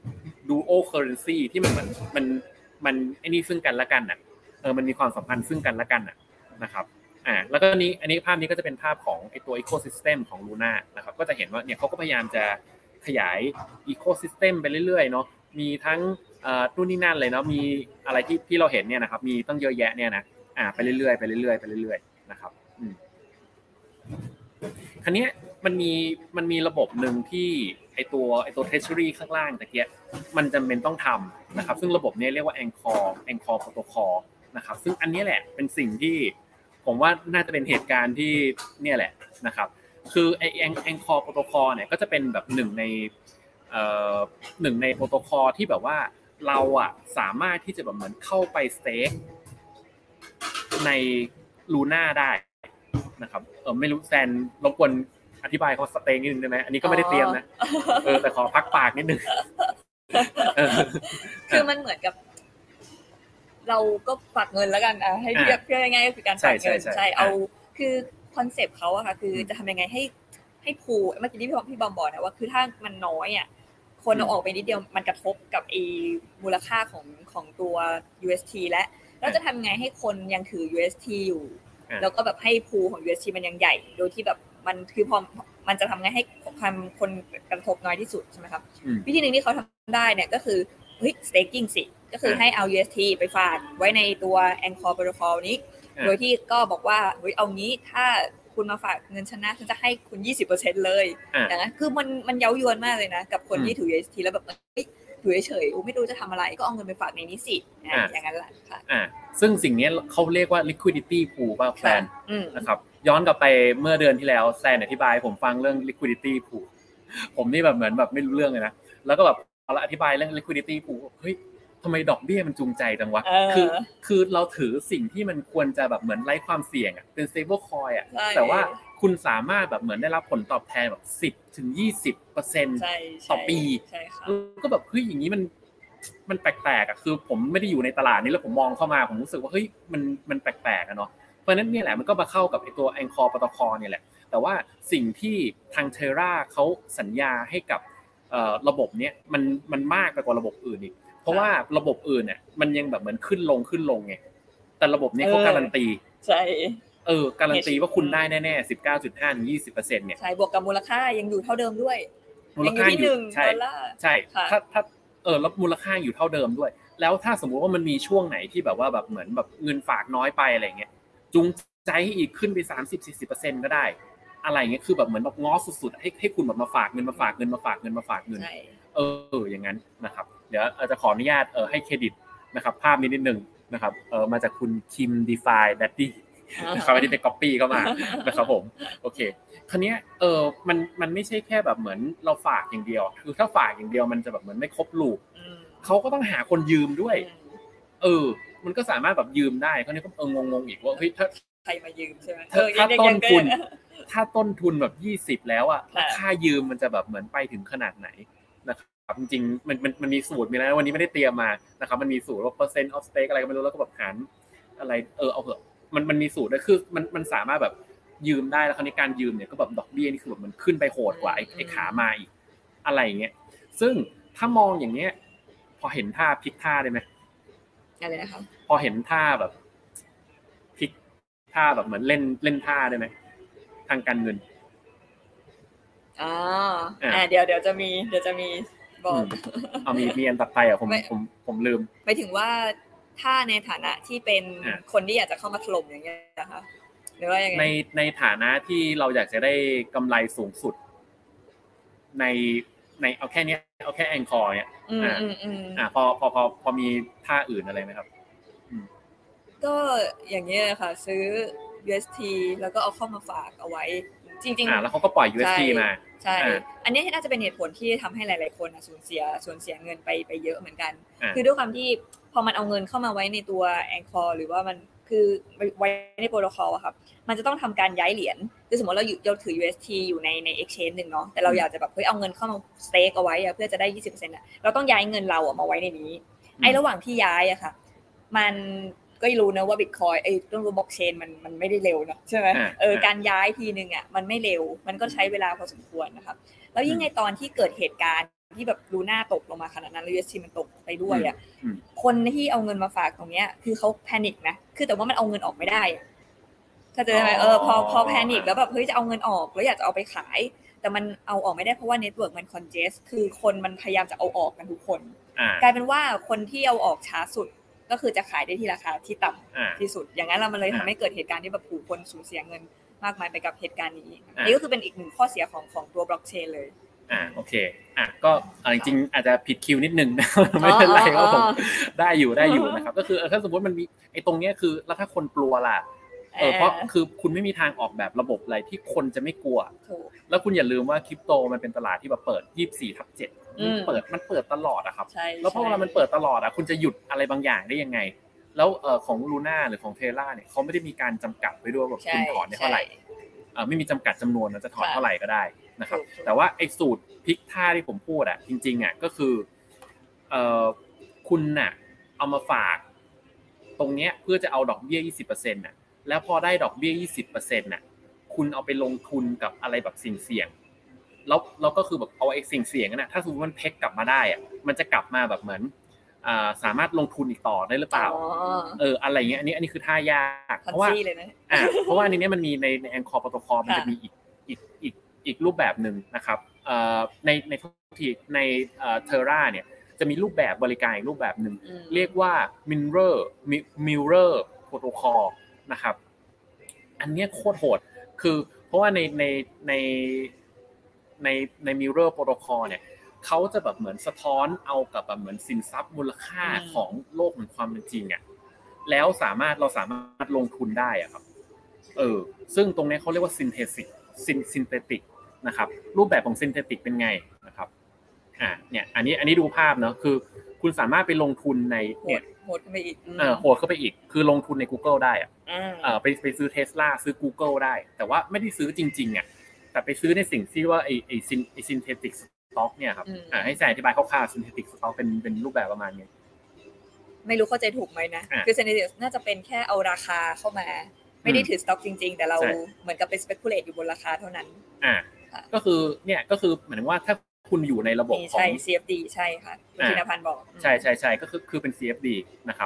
duo currency ที่มันเหมือนมันมันไอ้นี่ซึ่งกันและกันน่ะเออมันมีความสัมพันธ์ซึ่งกันและกันน่ะนะครับอ่าแล้วก็นี้อันนี้ภาพนี้ก็จะเป็นภาพของไอ้ตัว ecosystem ของ Luna นะครับก็จะเห็นว่าเนี่ยเขาก็พยายามจะขยาย ecosystem ไปเรื่อยๆเนาะมีทั้งเอ่อนู่นนี่นั่นเลยเนาะมีอะไรที่ที่เราเห็นเนี่ยนะครับมีตั้งเยอะแยะเนี่ยนะอ่าไปเรื่อยๆไปเรื่อยๆไปเรื่อยๆนะครับอืมคราวนี้มันมีมันมีระบบนึงที่ไอตัวไอตัว treasury ข้างล่างตะเกียมันจำเป็นต้องทำนะครับซึ่งระบบนี้เรียกว่า Anchor Anchor Protocol นะครับซึ่งอันนี้แหละเป็นสิ่งที่ผมว่าน่าจะเป็นเหตุการณ์ที่เนี่ยแหละนะครับคือไอ้ Anchor Protocol เนี่ยก็จะเป็นแบบหนึ่งในเอ่อหนึ่งในโปรโตคอลที่แบบว่าเราอ่ะสามารถที่จะแบบเหมือนเข้าไปสเต็กใน Luna ได้นะครับเออไม่รู้แซนรบกวนอธิบายเขาสเต็กนิดนึงได้ไหมอันนี้ก็ไม่ได้เตรียมนะเออแต่ขอพักปากนิดนึงคือมันเหมือนกับเราก็ฝากเงินแล้วกันอ่ะให้เทียบเพื่อง่ายๆก็คือการฝากเงินใช่เอาคือคอนเซปต์เขาอะค่ะคือจะทำยังไงให้ให้พูเมื่อกี้ที่พี่พี่บอมบอกนะว่าคือถ้ามันน้อยอะคนเอาออกไปนิดเดียวมันกระทบกับไอ้มูลค่าของของตัว ยู เอส ที และแล้วจะทำยังไงให้คนยังถือ ยู เอส ที อยู่แล้วก็แบบให้พูของ ยู เอส ที มันยังใหญ่โดยที่แบบมันคือพอมันจะทำไงให้ความคนกระทบน้อยที่สุดใช่ไหมครับวิธีหนึ่งที่เขาทำได้เนี่ยก็คือเฮ้ย staking สิก็คือให้เอา ยู เอส ที ไปฝากไว้ในตัว Anchor Protocol นี้โดยที่ก็บอกว่าเฮ้ยเอางี้ถ้าคุณมาฝากเงินฉันนะฉันจะให้คุณ ยี่สิบเปอร์เซ็นต์ เลยนะคือมันมันเย้ายวนมากเลยนะกับคนที่ถือ ยู เอส ที แล้วแบบเฮ้ยถือเฉยๆไม่รู้จะทำอะไรก็เอาเงินไปฝากในนี้สิอย่างนั้นแหละค่ะอ่าซึ่งสิ่งนี้เขาเรียกว่า liquidity pool ป่ะแฟนนะครับย้อนกลับไปเมื่อเดือนที่แล้วแซนอธิบายผมฟังเรื่อง liquidity pool ผมนี่แบบเหมือนแบบไม่รู้เรื่องเลยนะแล้วก็แบบเอาละอธิบายเรื่อง liquidity pool เฮ้ยทำไมดอกเบี้ยมันจูงใจจังวะคือคือเราถือสิ่งที่มันควรจะแบบเหมือนไร้ความเสี่ยงอ่ะเป็น stable coin อ่ะแต่ว่าคุณสามารถแบบเหมือนได้รับผลตอบแทนแบบ สิบถึงยี่สิบเปอร์เซ็นต์ ต่อปีก็แบบเฮ้ยอย่างนี้มันมันแปลกๆอ่ะคือผมไม่ได้อยู่ในตลาดนี้แล้วผมมองเข้ามาผมรู้สึกว่าเฮ้ยมันมันแปลกๆอ่ะเนาะเพราะฉะนั้นเนี่ยแหละมันก็มาเข้ากับไอ้ตัว Anchor Protocol เนี่ยแหละแต่ว่าสิ่งที่ทาง Terra เขาสัญญาให้กับเอ่อระบบเนี้ยมันมันมากไปกว่าระบบอื่นอีกเพราะว่าระบบอื่นเนี่ยมันยังแบบเหมือนขึ้นลงขึ้นลงไงแต่ระบบนี้เขาการันตีใช่เออการันตีว่าคุณได้แน่ๆ สิบเก้าจุดห้า ถึง ยี่สิบเปอร์เซ็นต์ เนี่ยใช่บวกกับมูลค่ายังอยู่เท่าเดิมด้วยมูลค่าอยู่ใช่ใช่ถ้าถ้าเออแล้วมูลค่าอยู่เท่าเดิมด้วยแล้วถ้าสมมุติว่ามันมีช่วงไหนที่แบบว่าแบบเหมือนแบบเงินฝากน้อยไปอะไรเงี้ยจูงใจให้อีกขึ้นไป สามสิบถึงสี่สิบเปอร์เซ็นต์ ก็ได้อะไรเงี้ยคือแบบเหมือนแบบง้อสุดๆให้ให้คุณแบบมาฝากเงินมาฝากเงินมาฝากเงินมาฝากเงินเอออย่างนั้นนะครับเดี๋ยวจะขออนุญาตเออให้เครดิตนะครับภาพนี้นิดนึงนะครับเออมาจากคุณคิม DeFi Daddy นะครับที่ไป copy เข้ามานะครับผมโอเคคราวเนี้ยเออมันมันไม่ใช่แค่แบบเหมือนเราฝากอย่างเดียวคือถ้าฝากอย่างเดียวมันจะแบบเหมือนไม่ครบลูปเขาก็ต้องหาคนยืมด้วยเออมันก็สามารถแบบยืมได้คราวนี้ก็เอองงๆอีกว่าเฮ้ยถ้าใครมายืมใช่มั้ยถ้าต้นทุนถ้าต้นทุนแบบยี่สิบแล้วอ่ะค่ายืมมันจะแบบเหมือนไปถึงขนาดไหนนะครับจริงๆมันมันมันมีสูตรมีแล้ววันนี้ไม่ได้เตรียมมานะครับมันมีสูตรว่า percent of stake อะไรก็ไม่รู้แล้วก็แบบหารอะไรเออเอาเถอะมันมันมีสูตรด้วยคือมันมันสามารถแบบยืมได้แล้วคราวนี้การยืมเนี่ยก็แบบดอกเบี้ยนี่คือแบบมันขึ้นไปโหดกว่าไอ้ไอ้ขามาอีกอะไรอย่างเงี้ยซึ่งถ้ามองอย่างเงี้ยพอเห็นท่าพลิกท่าได้มั้ยอะไรนะครับพอเห็นท่าแบบพลิกท่าแบบเหมือนเล่นเล่นท่าได้มั้ยทางการเงินอ๋ออ่าเดี๋ยวเดี๋ยวจะมีเดี๋ยวจะมีบอกเอามีมีอันตัดไปอ่ะผมผมผมลืมหมายถึงว่าถ้าในฐานะที่เป็นคนที่อยากจะเข้ามาถล่มอย่างเงี้ยนะคะหรือว่ายังไงในในฐานะที่เราอยากจะได้กำไรสูงสุดในในเอาแค่นี้เอาแค่แองคอร์เนี่ยอ่าอ่าพอพอพอพอมีท่าอื่นอะไรมั้ยครับก็อย่างเงี้ยค่ะซื้อ ยู เอส ที แล้วก็เอาเข้ามาฝากเอาไว้จริงๆอ่าแล้วเขาก็ปล่อย ยู เอส ที มาใช่อันนี้น่าจะเป็นเหตุผลที่ทำให้หลายๆคนน่ะสูญเสียสูญเสียเงินไปไปเยอะเหมือนกันคือด้วยความที่พอมันเอาเงินเข้ามาไว้ในตัว Anchor หรือว่ามันคือไว้ในโปรโตคอลอะครับมันจะต้องทำการย้ายเหรียญคือสมมุติเราอยู่เราถือ ยู เอส ที อยู่ในใน exchange นึงเนาะแต่เราอยากจะแบบเฮ้ยเอาเงินเข้ามา stake เอาไว้อะเพื่อจะได้ ยี่สิบเปอร์เซ็นต์ น่ะเราต้องย้ายเงินเราอะมาไว้ในนี้ไอ้ระหว่างที่ย้ายอะค่ะมันก็รู้นะว่า Bitcoin ไอ้เรื่องบล็อกเชนมันมันไม่ได้เร็วเนาะใช่มั้ยเออการย้ายทีนึงอ่ะมันไม่เร็วมันก็ใช้เวลาพอสมควรนะครับแล้วยิ่งในตอนที่เกิดเหตุการณ์ที่แบบลูน่าตกลงมาขนาดนั้นแล้ว ยู เอส ที มันตกไปด้วยอ่ะคนที่เอาเงินมาฝากตรงเนี้ยคือเขาแพนิคนะคือแต่ว่ามันเอาเงินออกไม่ได้เข้าใจมั้ยเออพอพอแพนิคแล้วแบบเฮ้ยจะเอาเงินออกแล้วอยากจะเอาไปขายแต่มันเอาออกไม่ได้เพราะว่าเน็ตเวิร์คมันคอนเจสคือคนมันพยายามจะเอาออกกันทุกคนกลายเป็นว่าคนที่เอาออกช้าสุดก็คือจะขายได้ที่ราคาที่ต่ำที่สุดอย่างนั้นแล้วมันเลยทำให้เกิดเหตุการณ์ที่แบบผู้คนสูญเสียเงินมากมายไปกับเหตุการณ์นี้นี่ก็คือเป็นอีกหนึ่งข้อเสียของของตัวบล็อกเชนเลยอ่าโอเคอ่ะก็จริงๆอาจจะผิดคิวนิดนึงไม่เป็นไรครับผมได้อยู่ได้อยู่นะครับก็คือถ้าสมมติมันมีไอ้ตรงเนี้ยคือแล้วถ้าคนกลัวล่ะเออเพราะคือคุณไม่มีทางออกแบบระบบอะไรที่คนจะไม่กลัวแล้วคุณอย่าลืมว่าคริปโตมันเป็นตลาดที่แบบเปิด ยี่สิบสี่ทับเจ็ด มันเปิดมันเปิดตลอดอะครับแล้วพอเวลามันเปิดตลอดอะคุณจะหยุดอะไรบางอย่างได้ยังไงแล้วเอ่อของ Luna หรือของ Terra เนี่ยเขาไม่ได้มีการจำกัดไว้ด้วยว่าคุณถอนได้เท่าไหร่เอ่อไม่มีจำกัดจำนวนนะจะถอนเท่าไหร่ก็ได้นะครับแต่ว่าไอ้สูตรพลิกท่าที่ผมพูดอะจริงๆอะก็คือเอ่อคุณน่ะเอามาฝากตรงเนี้ยเพื่อจะเอาดอกเบี้ย ยี่สิบเปอร์เซ็นต์ น่ะแล้วพอได้ดอกเบี้ย ยี่สิบเปอร์เซ็นต์ น่ะคุณเอาไปลงทุนกับอะไรแบบเสี่ยงๆแล้วแล้วก็คือแบบเอาไอ้สิ่งเสี่ยงนั้นน่ะถ้าสมมุติมันเพกกลับมาได้อ่ะมันจะกลับมาแบบเหมือนอ่าสามารถลงทุนอีกต่อได้หรือเปล่าเอออะไรอย่างเงี้ยอันนี้อันนี้คือท่ายากเพราะว่าอ่าเพราะว่าอันนี้มันมีในใน Anchor Protocol มันจะมีอีกอีกอีกอีกรูปแบบนึงนะครับเอ่อในในที่ในเอ่อ Terra เนี่ยจะมีรูปแบบบริการอีกรูปแบบนึงเรียกว่า Mirror Mirror Protocol นะครับอันเนี้ยโคตรโหดคือเพราะว่าในในในในใน Mirror Protocol เนี่ยเขาจะแบบเหมือนสะท้อนเอากับแบบเหมือนสินทรัพย์มูลค่าของโลกแห่งความเป็นจริงอ่ะแล้วสามารถเราสามารถลงทุนได้อ่ะครับเออซึ่งตรงนี้เขาเรียกว่า synthetic synthetic นะครับรูปแบบของ synthetic เป็นไงนะครับอ่าเนี่ยอันนี้อันนี้ดูภาพเนาะคือคุณสามารถไปลงทุนในเนี่ยโหดเข้าไปอีกเออโหดเข้าไปอีกคือลงทุนใน Google ได้อ่ะเออไปไปซื้อ Tesla ซื้อ Google ได้แต่ว่าไม่ได้ซื้อจริงๆอ่ะแต่ไปซื้อในสิ่งที่ว่าไอ้ไอ้ไอ้ synthetic stock เนี่ยครับอ่าให้แซนอธิบายคร่าวๆ synthetic stock เป็นเป็นรูปแบบประมาณนี้ไม่รู้เข้าใจถูกมั้ยนะคือ synthetic น่าจะเป็นแค่เอาราคาเข้ามาไม่ได้ถือ stock จริงๆแต่เราเหมือนกับไป speculate อยู่บนราคาเท่านั้นอ่าก็คือเนี่ยก็คือหมายถึงว่าถ้าคุณอยู่ในระบบของใช่ ซี เอฟ ดี ใช่ค่ะคุณธินพันธ์บอกใช่ๆๆก็คือคือเป็น ซี เอฟ ดี นะครับ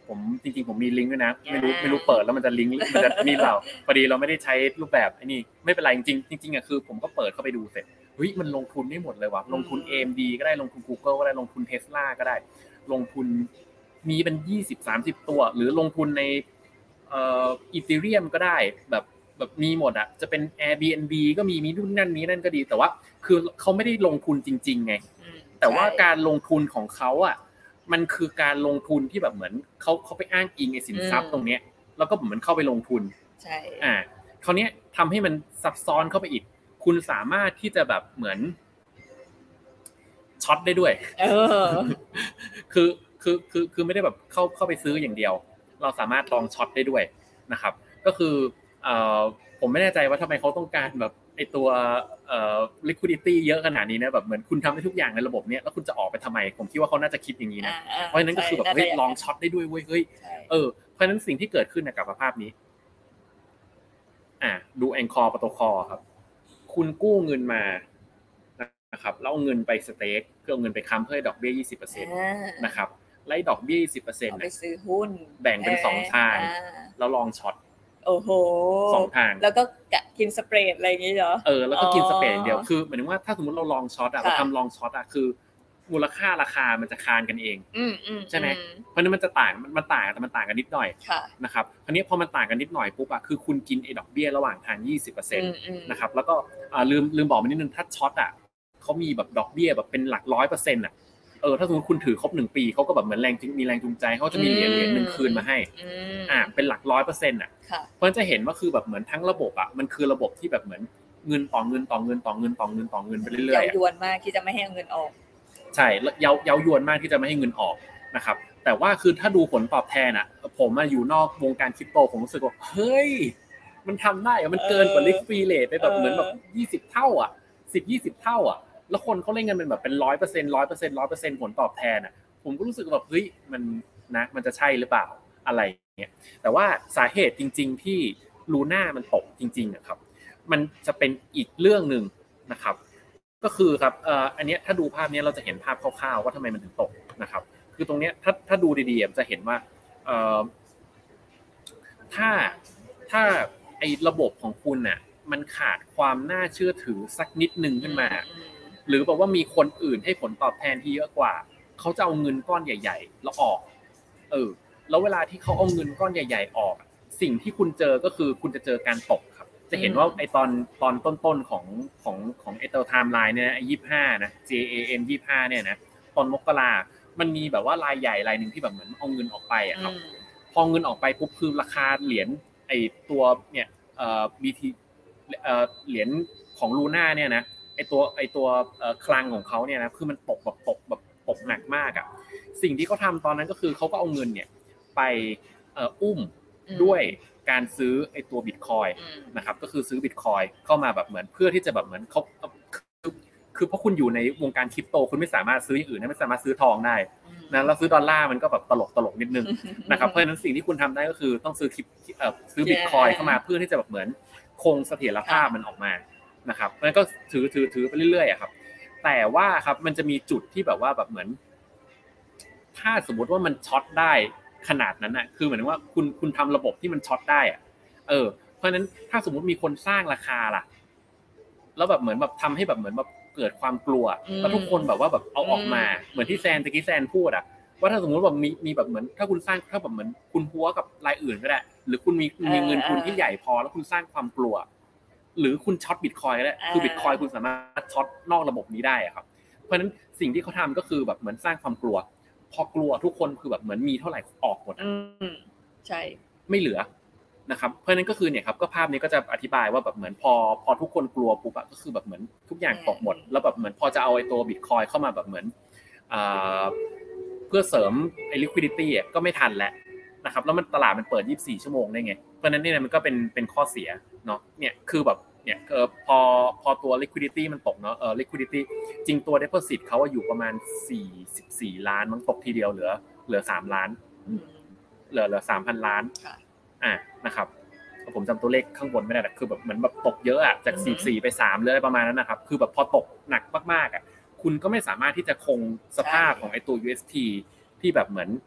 ผมจริงๆผมมีลิงก์ด้วยนะไม่รู้ไม่รู้เปิดแล้วมันจะลิงก์มันจะนี่เปล่าพอดีเราไม่ได้ใช้รูปแบบไอ้นี่ไม่เป็นไรจริงๆจริงๆอ่ะคือผมก็เปิดเข้าไปดูเสร็จเฮ้ยมันลงทุนได้หมดเลยว่ะลงทุน เอ เอ็ม ดี ก็ได้ลงทุน Google ก็ได้ลงทุน Tesla ก็ได้ลงทุนมีเป็นยี่สิบ สามสิบตัวหรือลงทุนในเอ่อ Ethereum ก็ได้แบบแบบมีหมดอ่ะจะเป็น Airbnb ก็มีมีนู่นนั่นนี้นั่นก็ดีแต่ว่าคือเขาไม่ได้ลงทุนจริงๆไงแต่ว่าการลงทุนของเขาอ่ะมันคือการลงทุนที่แบบเหมือนเขาเขาไปอ้างอิงไอ้สินทรัพย์ตรงเนี้ยแล้วก็เหมือนเข้าไปลงทุนใช่อ่าคราวนี้ทำให้มันซับซ้อนเข้าไปอีกคุณสามารถที่จะแบบเหมือนช็อตได้ด้วยเออคือคือคือคือไม่ได้แบบเข้าเข้าไปซื้ออย่างเดียวเราสามารถลองช็อตได้ด้วยนะครับก็คือเอ่อผมไม่แน่ใจว่าทำไมเขาต้องการแบบไอ้ตัวเอ่อ liquidity เยอะขนาดนี้นะแบบเหมือนคุณทำได้ทุกอย่างในระบบเนี้ยแล้วคุณจะออกไปทำไมผมคิดว่าเขาน่าจะคิดอย่างนี้นะเพราะฉะนั้นก็คือแบบเฮ้ยลองช็อตได้ด้วยเว้ยเฮ้ยเออเพราะฉะนั้นสิ่งที่เกิดขึ้นกับภาพนี้อ่ะดูแองคอร์โปรโตคอลครับคุณกู้เงินมานะครับแล้วเอาเงินไปสเต็กเพื่อเอาเงินไปค้ำเพื่อให้ดอกเบี้ย ยี่สิบเปอร์เซ็นต์ นะครับไล่ดอกเบี้ย ยี่สิบเปอร์เซ็นต์น่ะไปซื้อหุ้นแบ่งเป็นสองทางแล้วลองช็อตโอ้โหสองทางแล้วก็กินสเปรดอะไรอย่างงี้เหรอเออแล้วก็กินสเปรดอย่างเดียวคือหมายถึงว่าถ้าสมมุติเราลองช็อตอ่ะเราทำลองช็อตอ่ะคือมูลค่าราคามันจะคานกันเองใช่ไหมเพราะนั้นมันจะต่างมันต่างแต่มันต่างกันนิดหน่อยนะครับคราวนี้พอมันต่างกันนิดหน่อยปุ๊บอ่ะคือคุณกินไอ้ดอกเบี้ยระหว่างทาง ยี่สิบเปอร์เซ็นต์ นะครับแล้วก็อ่าลืมลืมบอกไปนิดนึงถ้าช็อตอ่ะเขามีแบบดอกเบี้ยแบบเป็นหลัก หนึ่งร้อยเปอร์เซ็นต์ อ่ะเออถ้าสมมุติคุณถือครบหนึ่งปีเขาก็แบบเหมือนแรงมีแรงจูงใจเขาจะมีเหรียญเหรียญนึงคืนมาให้อ่าเป็นหลัก หนึ่งร้อยเปอร์เซ็นต์ อ่ะเพราะฉะนั้นจะเห็นว่าคือแบบเหมือนทั้งระบบอ่ะมันคือระบบที่แบบเหมือนเงินต่อเงินต่อเงินต่อเงินต่อเงินต่อเงินไปเรื่อยๆเย้ายวนมากที่จะไม่ให้เอาเงินออกใช่เย้าเย้ายวนมากที่จะไม่ให้เงินออกนะครับแต่ว่าคือถ้าดูผลตอบแทนอ่ะผมมาอยู่นอกวงการคริปโตผมรู้สึกว่าเฮ้ยมันทำได้อ่ะมันเกินกว่า risk free rate ไปแบบเหมือนแบบยี่สิบเท่าอ่ะสิบ ยี่สิบเท่าอ่ะแล้วคนเขาเล่นกันเป็นแบบเป็น หนึ่งร้อยเปอร์เซ็นต์ หนึ่งร้อยเปอร์เซ็นต์ หนึ่งร้อยเปอร์เซ็นต์ ผลตอบแทนอ่ะผมก็รู้สึกแบบเฮ้ยมันนะมันจะใช่หรือเปล่าอะไรเงี้ยแต่ว่าสาเหตุจริงๆที่ลูน่ามันตกจริงๆอ่ะครับมันจะเป็นอีกเรื่องนึงนะครับก็คือครับเอ่ออันเนี้ยถ้าดูภาพนี้เราจะเห็นภาพคร่าวๆว่าทำไมมันถึงตกนะครับคือตรงเนี้ยถ้าถ้าดูดีๆจะเห็นว่าเอ่อถ้าถ้าไอ้ระบบของคุณน่ะมันขาดความน่าเชื่อถือสักนิดนึงขึ้นมาหรือบอกว่ามีคนอื่นให้ผลตอบแทนที่เยอะกว่าเขาจะเอาเงินก้อนใหญ่ๆแล้วออกเออแล้วเวลาที่เขาเอาเงินก้อนใหญ่ๆออกสิ่งที่คุณเจอก็คือคุณจะเจอการตกครับจะเห็นว่าไอ้ตอนตอนต้นๆของของของไอ้ตัวไทม์ไลน์เนี่ยไอ้ยี่สิบห้านะ J A M ยี่สิบห้าเนี่ยนะตอนมกรามันมีแบบว่ารายใหญ่รายนึงที่แบบเหมือนเอาเงินออกไปอ่ะครับพอเงินออกไปปุ๊บคือราคาเหรียญไอ้ตัวเนี่ยเอ่อ บี ที เอ่อเหรียญของลูน่าเนี่ยนะไอ้ตัวไอ้ตัวเอ่อคลังของเขาเนี่ยนะคือมันตกแบบตกแบบตกหนักมากอ่ะสิ่งที่เขาทำตอนนั้นก็คือเขาก็เอาเงินเนี่ยไปเอ่ออุ้มด้วยการซื้อไอ้ตัว Bitcoin นะครับก็คือซื้อ Bitcoin เข้ามาแบบเหมือนเพื่อที่จะแบบเหมือนเขาคือคือเพราะคุณอยู่ในวงการคริปโตคุณไม่สามารถซื้ออย่างอื่นไม่สามารถซื้อทองได้นะแล้วซื้อดอลลาร์มันก็แบบตลกตลกนิดนึงนะครับเพราะฉะนั้นสิ่งที่คุณทำได้ก็คือต้องซื้อคริปเอ่อซื้อ Bitcoin เข้ามาเพื่อที่จะแบบเหมือนคงเสถียรภาพมันออกมานะครับมันก็ถือถือถือไปเรื่อยๆอ่ะครับแต่ว่าครับมันจะมีจุดที่แบบว่าแบบเหมือนถ้าสมมุติว่ามันช็อตได้ขนาดนั้นน่ะคือเหมือนว่าคุณคุณทำระบบที่มันช็อตได้อ่ะเออเพราะฉะนั้นถ้าสมมุติมีคนสร้างราคาล่ะแล้วแบบเหมือนแบบทำให้แบบเหมือนแบบเกิดความกลัวแล้วทุกคนแบบว่าแบบเอาออกมาเหมือนที่แซนตะกี้แซนพูดอ่ะว่าถ้าสมมุติว่ามีมีแบบเหมือนถ้าคุณสร้างถ้าแบบเหมือนคุณพัวกับรายอื่นก็ได้หรือคุณมีมีเงินทุนที่ใหญ่พอแล้วคุณสร้างความกลัวหรือคุณช็อต Bitcoin ก็ได้คือ Bitcoin คุณสามารถช็อตนอกระบบนี้ได้อ่ะครับเพราะฉะนั้นสิ่งที่เขาทำก็คือแบบเหมือนสร้างความกลัวพอกลัวทุกคนคือแบบเหมือนมีเท่าไหร่ออกหมดอ่ะใช่ไม่เหลือนะครับเพราะฉะนั้นก็คือเนี่ยครับก็ภาพนี้ก็จะอธิบายว่าแบบเหมือนพอพอทุกคนกลัวปุ๊บอ่ะก็คือแบบเหมือนทุกอย่างตกหมดแล้วแบบเหมือนพอจะเอาไอ้ตัว Bitcoin เข้ามาแบบเหมือนอ่าเพื่อเสริมไอ้ liquidity อ่ะก็ไม่ทันแล้วนะครับแล้วมันตลาดมันเปิดยี่สิบสี่ชั่วโมงได้ไงเพราะฉะนั้นเนี่ยมันก็เป็นเป็นข้อเสียเนาะเนี่ยคือแบบเนี่ยเออพอพอตัว liquidity มันตกเนาะเออ liquidity จริงตัว deposit เขาอยู่ประมาณสี่สิบสี่ล้านมั้งตกทีเดียวเหลือเหลือสามล้านเหลือเหลือ สามพัน ล้านอ่ะนะครับผมจำตัวเลขข้างบนไม่ได้แต่คือแบบเหมือนแบบตกเยอะอ่ะจากสี่สิบสี่ไปสามหรืออะไรประมาณนั้นนะครับคือแบบพอตกหนักมากๆอ่ะคุณก็ไม่สามารถที่จะคงสภาพของไอ้ตัว ยู เอส ที ที่แบบเหมือน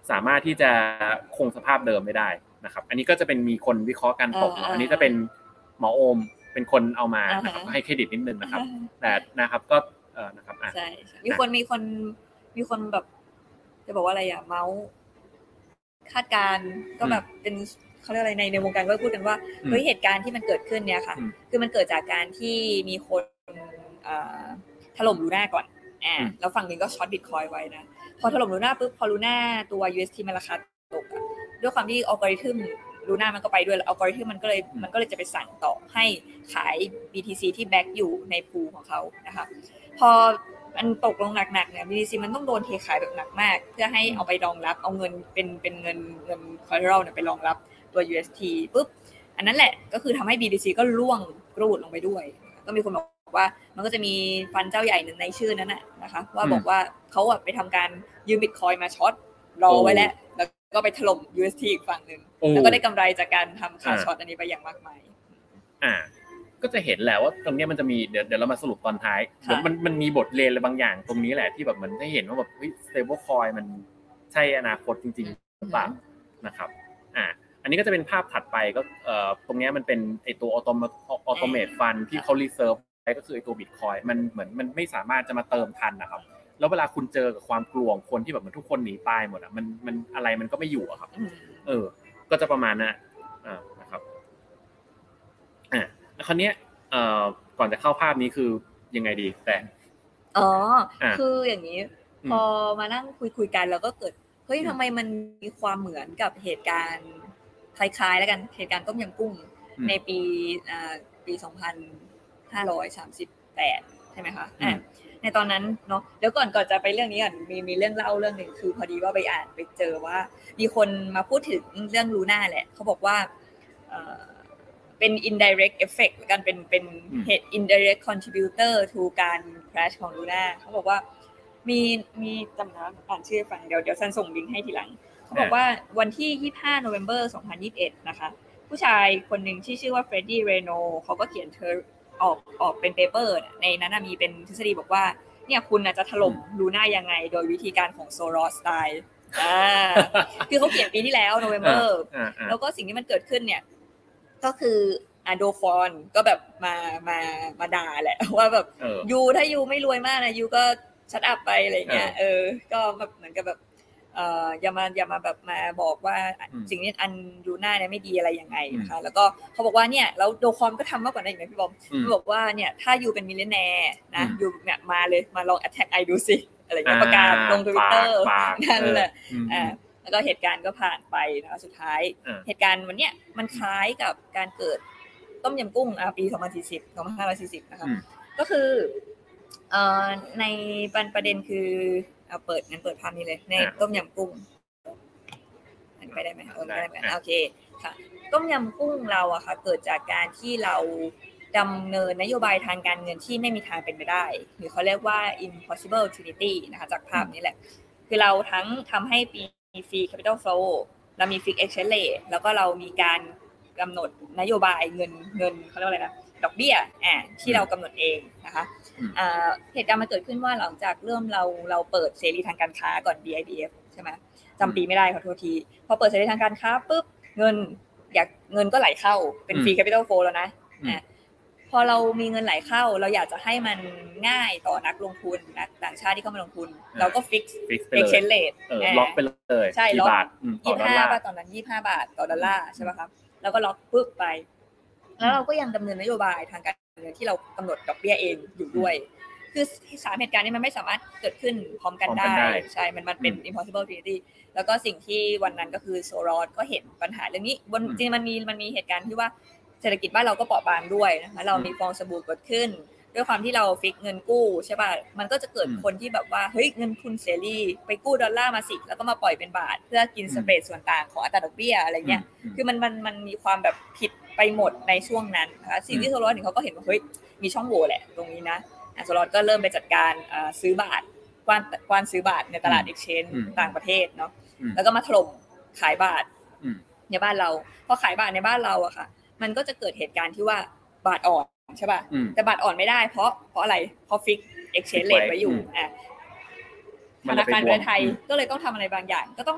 สามารถที่จะคงสภาพเดิมไม่ได้นะครับอันนี้ก็จะเป็นมีคนวิเคราะห์การตกอันนี้จะเป็นหมอโอมเป็นคนเอามานะครับให้เครดิตนิดนึงนะครับแต่นะครับก็เออนะครับใช่มีคนมีคนมีคนแบบจะบอกว่าอะไรอ่ะเมาส์คาดการก็แบบเป็นเขาเรียกอะไรในในวงการก็พูดกันว่าเฮ้ยเหตุการณ์ที่มันเกิดขึ้นเนี่ยค่ะคือมันเกิดจากการที่มีคนถล่มลูน่าก่อนอ่าแล้วฝั่งนึงก็ช็อตบิตคอยน์ไว้นะพอถล่มลูน่าปุ๊บพอลูน่าตัว ยู เอส ที มันราคาตกอ่ะด้วยความที่อัลกอริทึมลูน่ามันก็ไปด้วยแล้วอัลกอริทึมมันก็เลยมันก็เลยจะไปสั่งต่อให้ขาย บี ที ซี ที่แบ็คอยู่ในพูลของเขานะคะพอมันตกลงหนักๆเนี่ย บี ที ซี มันต้องโดนเทขายแบบหนักมากเพื่อให้เอาไปรองรับเอาเงินเป็นเป็นเงินเงิน collateral เนี่ยไปรองรับตัว ยู เอส ที ปุ๊บอันนั้นแหละก็คือทำให้ บี ที ซี ก็ร่วงกรูดลงไปด้วยก็มีคนบอกว่ามันก็จะมีฟันเจ้าใหญ่หนึ่งในชื่อนั้นน่ะนะคะว่าบอกว่าเขาอ่ะไปทำการยืม Bitcoin มาช็อตรอไว้แล้วแล้วก็ไปถล่ม ยู เอส ที อีกฝั่งนึงแล้วก็ได้กำไรจากการทำขาช็อตอันนี้ไปอย่างมากมายอ่าก็จะเห็นแหละว่าตรงนี้มันจะมีเดี๋ยวเดี๋ยวเรามาสรุปตอนท้ายเดี๋ยวมันมันมีบทเรียนอะไรบางอย่างตรงนี้แหละที่แบบมันได้เห็นว่าแบบเฮ้ย stable coin มันใช่อนาคตจริงๆหรือเปล่านะครับอ่าอันนี้ก็จะเป็นภาพถัดไปก็เอ่อตรงนี้มันเป็นไอ้ตัว automate fund ที่เขา reserve ไว้ก็คือไอ้ตัว Bitcoin มันเหมือนมันไม่สามารถจะมาเติมทันนะครับแล้วเวลาคุณเจอกับความกลัวของคนที่แบบมันทุกคนหนีตายหมดอ่ะมันมันอะไรมันก็ไม่อยู่อ่ะครับเออก็จะประมาณนั้นอ่านะครับอ่าแล้วคราวนี้เอ่อก่อนจะเข้าภาพนี้คือยังไงดีแต่อ๋อคืออย่างนี้พอมานั่งคุยๆกันแล้วก็เกิดเฮ้ยทำไมมันมีความเหมือนกับเหตุการณ์คล้ายๆแล้วกันเหตุการณ์ต้มยำกุ้งในปีอ่าปีสองพันห้าร้อยสามสิบแปดใช่ไหมคะอ่าในตอนนั้นเนาะเดี๋ยวก่อนก่อนจะไปเรื่องนี้ก่อนมีมีเรื่องเล่าเรื่องนึงคือพอดีว่าไปอ่านไปเจอว่ามีคนมาพูดถึงเรื่องลูน่าแหละเขาบอกว่าเอ่อเป็น indirect effect แล้วกันเป็นเป็นเหตุ indirect contributor to การ crash ของลูน่าเขาบอกว่ามีมีจำนะอ่านชื่อฟังเดี๋ยวเดี๋ยวฉันส่งลิงก์ให้ทีหลังเขาบอกว่าวันที่ยี่สิบห้า November สองพันยี่สิบเอ็ดนะคะผู้ชายคนนึงที่ชื่อว่าเฟรดดี้เรโนเขาก็เขียนเธอออกออกเป็นเปเปอร์ในนั้นมีเป็นทฤษฎีบอกว่าเนี่ยคุณจะถล่มลูน่ายังไงโดยวิธีการของโซลอสสไตล์อ่าคือเขาเขียนปีที่แล้ว November แล้วก็สิ่งที่มันเกิดขึ้นเนี่ยก็คืออะโดฟอนก็แบบมามามาด่าแหละว่าแบบยูถ้ายูไม่รวยมากนะยูก็ชัดอัพไปอะไรเงี้ยเออก็แบบเหมือนกับแบบเอ่ออย่ามาอย่ามาแบบมาบอกว่าสิ่งนี้อันยูน่าเนี่ยไม่ดีอะไรยังไงนะคะแล้วก็เขาบอกว่าเนี่ยแล้วโดคอมก็ทำมากกว่านั้นอีกนะพี่บอมเขาบอกว่าเนี่ยถ้ายูเป็นมิลเลนแนร์นะยูเนี่ยมาเลยมาลอง attack ไอดูสิอะไรเงี้ยประกาศลง Twitter นั่นแหละอ่าแล้วก็เหตุการณ์ก็ผ่านไปนะคะสุดท้ายเหตุการณ์วันเนี้ยมันคล้ายกับการเกิดต้มยำกุ้งอ่ะปีสองพันสี่สิบ สองพันห้าร้อยสี่สิบนะคะก็คือเอ่อในประเด็นคือเอาเปิดงั้นเปิดภาพนี้เลยในต้มยำกุ้งอันนี้ไปได้ไหมเออได้ไหมโอเคค่ะต้มยำกุ้งเราอะค่ะเกิดจากการที่เราดำเนินนโยบายทางการเงินที่ไม่มีทางเป็นไปได้หรือเขาเรียกว่า impossible trinity นะคะจากภาพนี้แหละคือเราทั้งทำให้มี free capital flow เรามี fixed exchange rate แล้วก็เรามีการกำหนดนโยบายเงินเงินเขาเรียกว่าอะไรนะดอกเบี้ยอ่าที่เรากำหนดเองนะคะอ่าเหตุการณ์มันเกิดขึ้นว่าหลังจากเริ่มเราเราเปิดเสรีทางการค้าก่อน บี ไอ บี เอฟ ใช่ไหมจำปีไม่ได้ขอโทษทีพอเปิดเสรีทางการค้าปุ๊บเงินอยากเงินก็ไหลเข้าเป็น free capital flow แล้วนะอ่าพอเรามีเงินไหลเข้าเราอยากจะให้มันง่ายต่อนักลงทุนนักต่างชาติที่เข้ามาลงทุนเราก็ fix exchange rate เออล็อกไปเลยใช่ล็อกยี่สิบห้าบาทตอนนั้นยี่สิบห้าบาทต่อดอลลาร์ใช่ป่ะครับแล้วก็ล็อกปึ๊บไปแล้วเราก็ยังดำเนินนโยบายทางการเงินที่เรากำหนดดอกเบี้ยเองอยู่ด้วยคือสามเหตุการณ์นี้มันไม่สามารถเกิดขึ้นพร้อมกันได้ใช่มันมันเป็น impossible trinity แล้วก็สิ่งที่วันนั้นก็คือโซลอสก็เห็นปัญหาเรื่องนี้บนจริงมันมีมันมีเหตุการณ์ที่ว่าเศรษฐกิจบ้านเราก็เปราะบางด้วยนะคะเรามีฟองสบู่เกิดขึ้นด้วยความที่เราฟิกเงินกู้ใช่ป่ะมันก็จะเกิดคนที่แบบว่าเฮ้ยเงินทุนเสรีไปกู้ดอลลาร์มาสิแล้วก็มาปล่อยเป็นบาทเพื่อกินสเปรดส่วนต่างของอัตราดอกเบี้ยอะไรเงี้ยคือมันมันมันมีความแบบผิดไปหมดในช่วงนั้นนะคะสิ่งที่โซลอสเขาก็เห็นว่าเฮ้ยมีช่องโหว่แหละตรงนี้นะโซลอสก็เริ่มไปจัดการซื้อบาทกว้านกว้านซื้อบาทในตลาด exchange ต่างประเทศเนาะแล้วก็มาถล่มขายบาทในบ้านเราพอขายบาทในบ้านเราอะค่ะมันก็จะเกิดเหตุการณ์ที่ว่าบาทอ่อนใช่ป่ะแต่บาทอ่อนไม่ได้เพราะเพราะอะไรเพราะฟิก exchange rate ไว้อยู่อ่ะธนาคารประเทศไทยก็เลยต้องทำอะไรบางอย่างก็ต้อง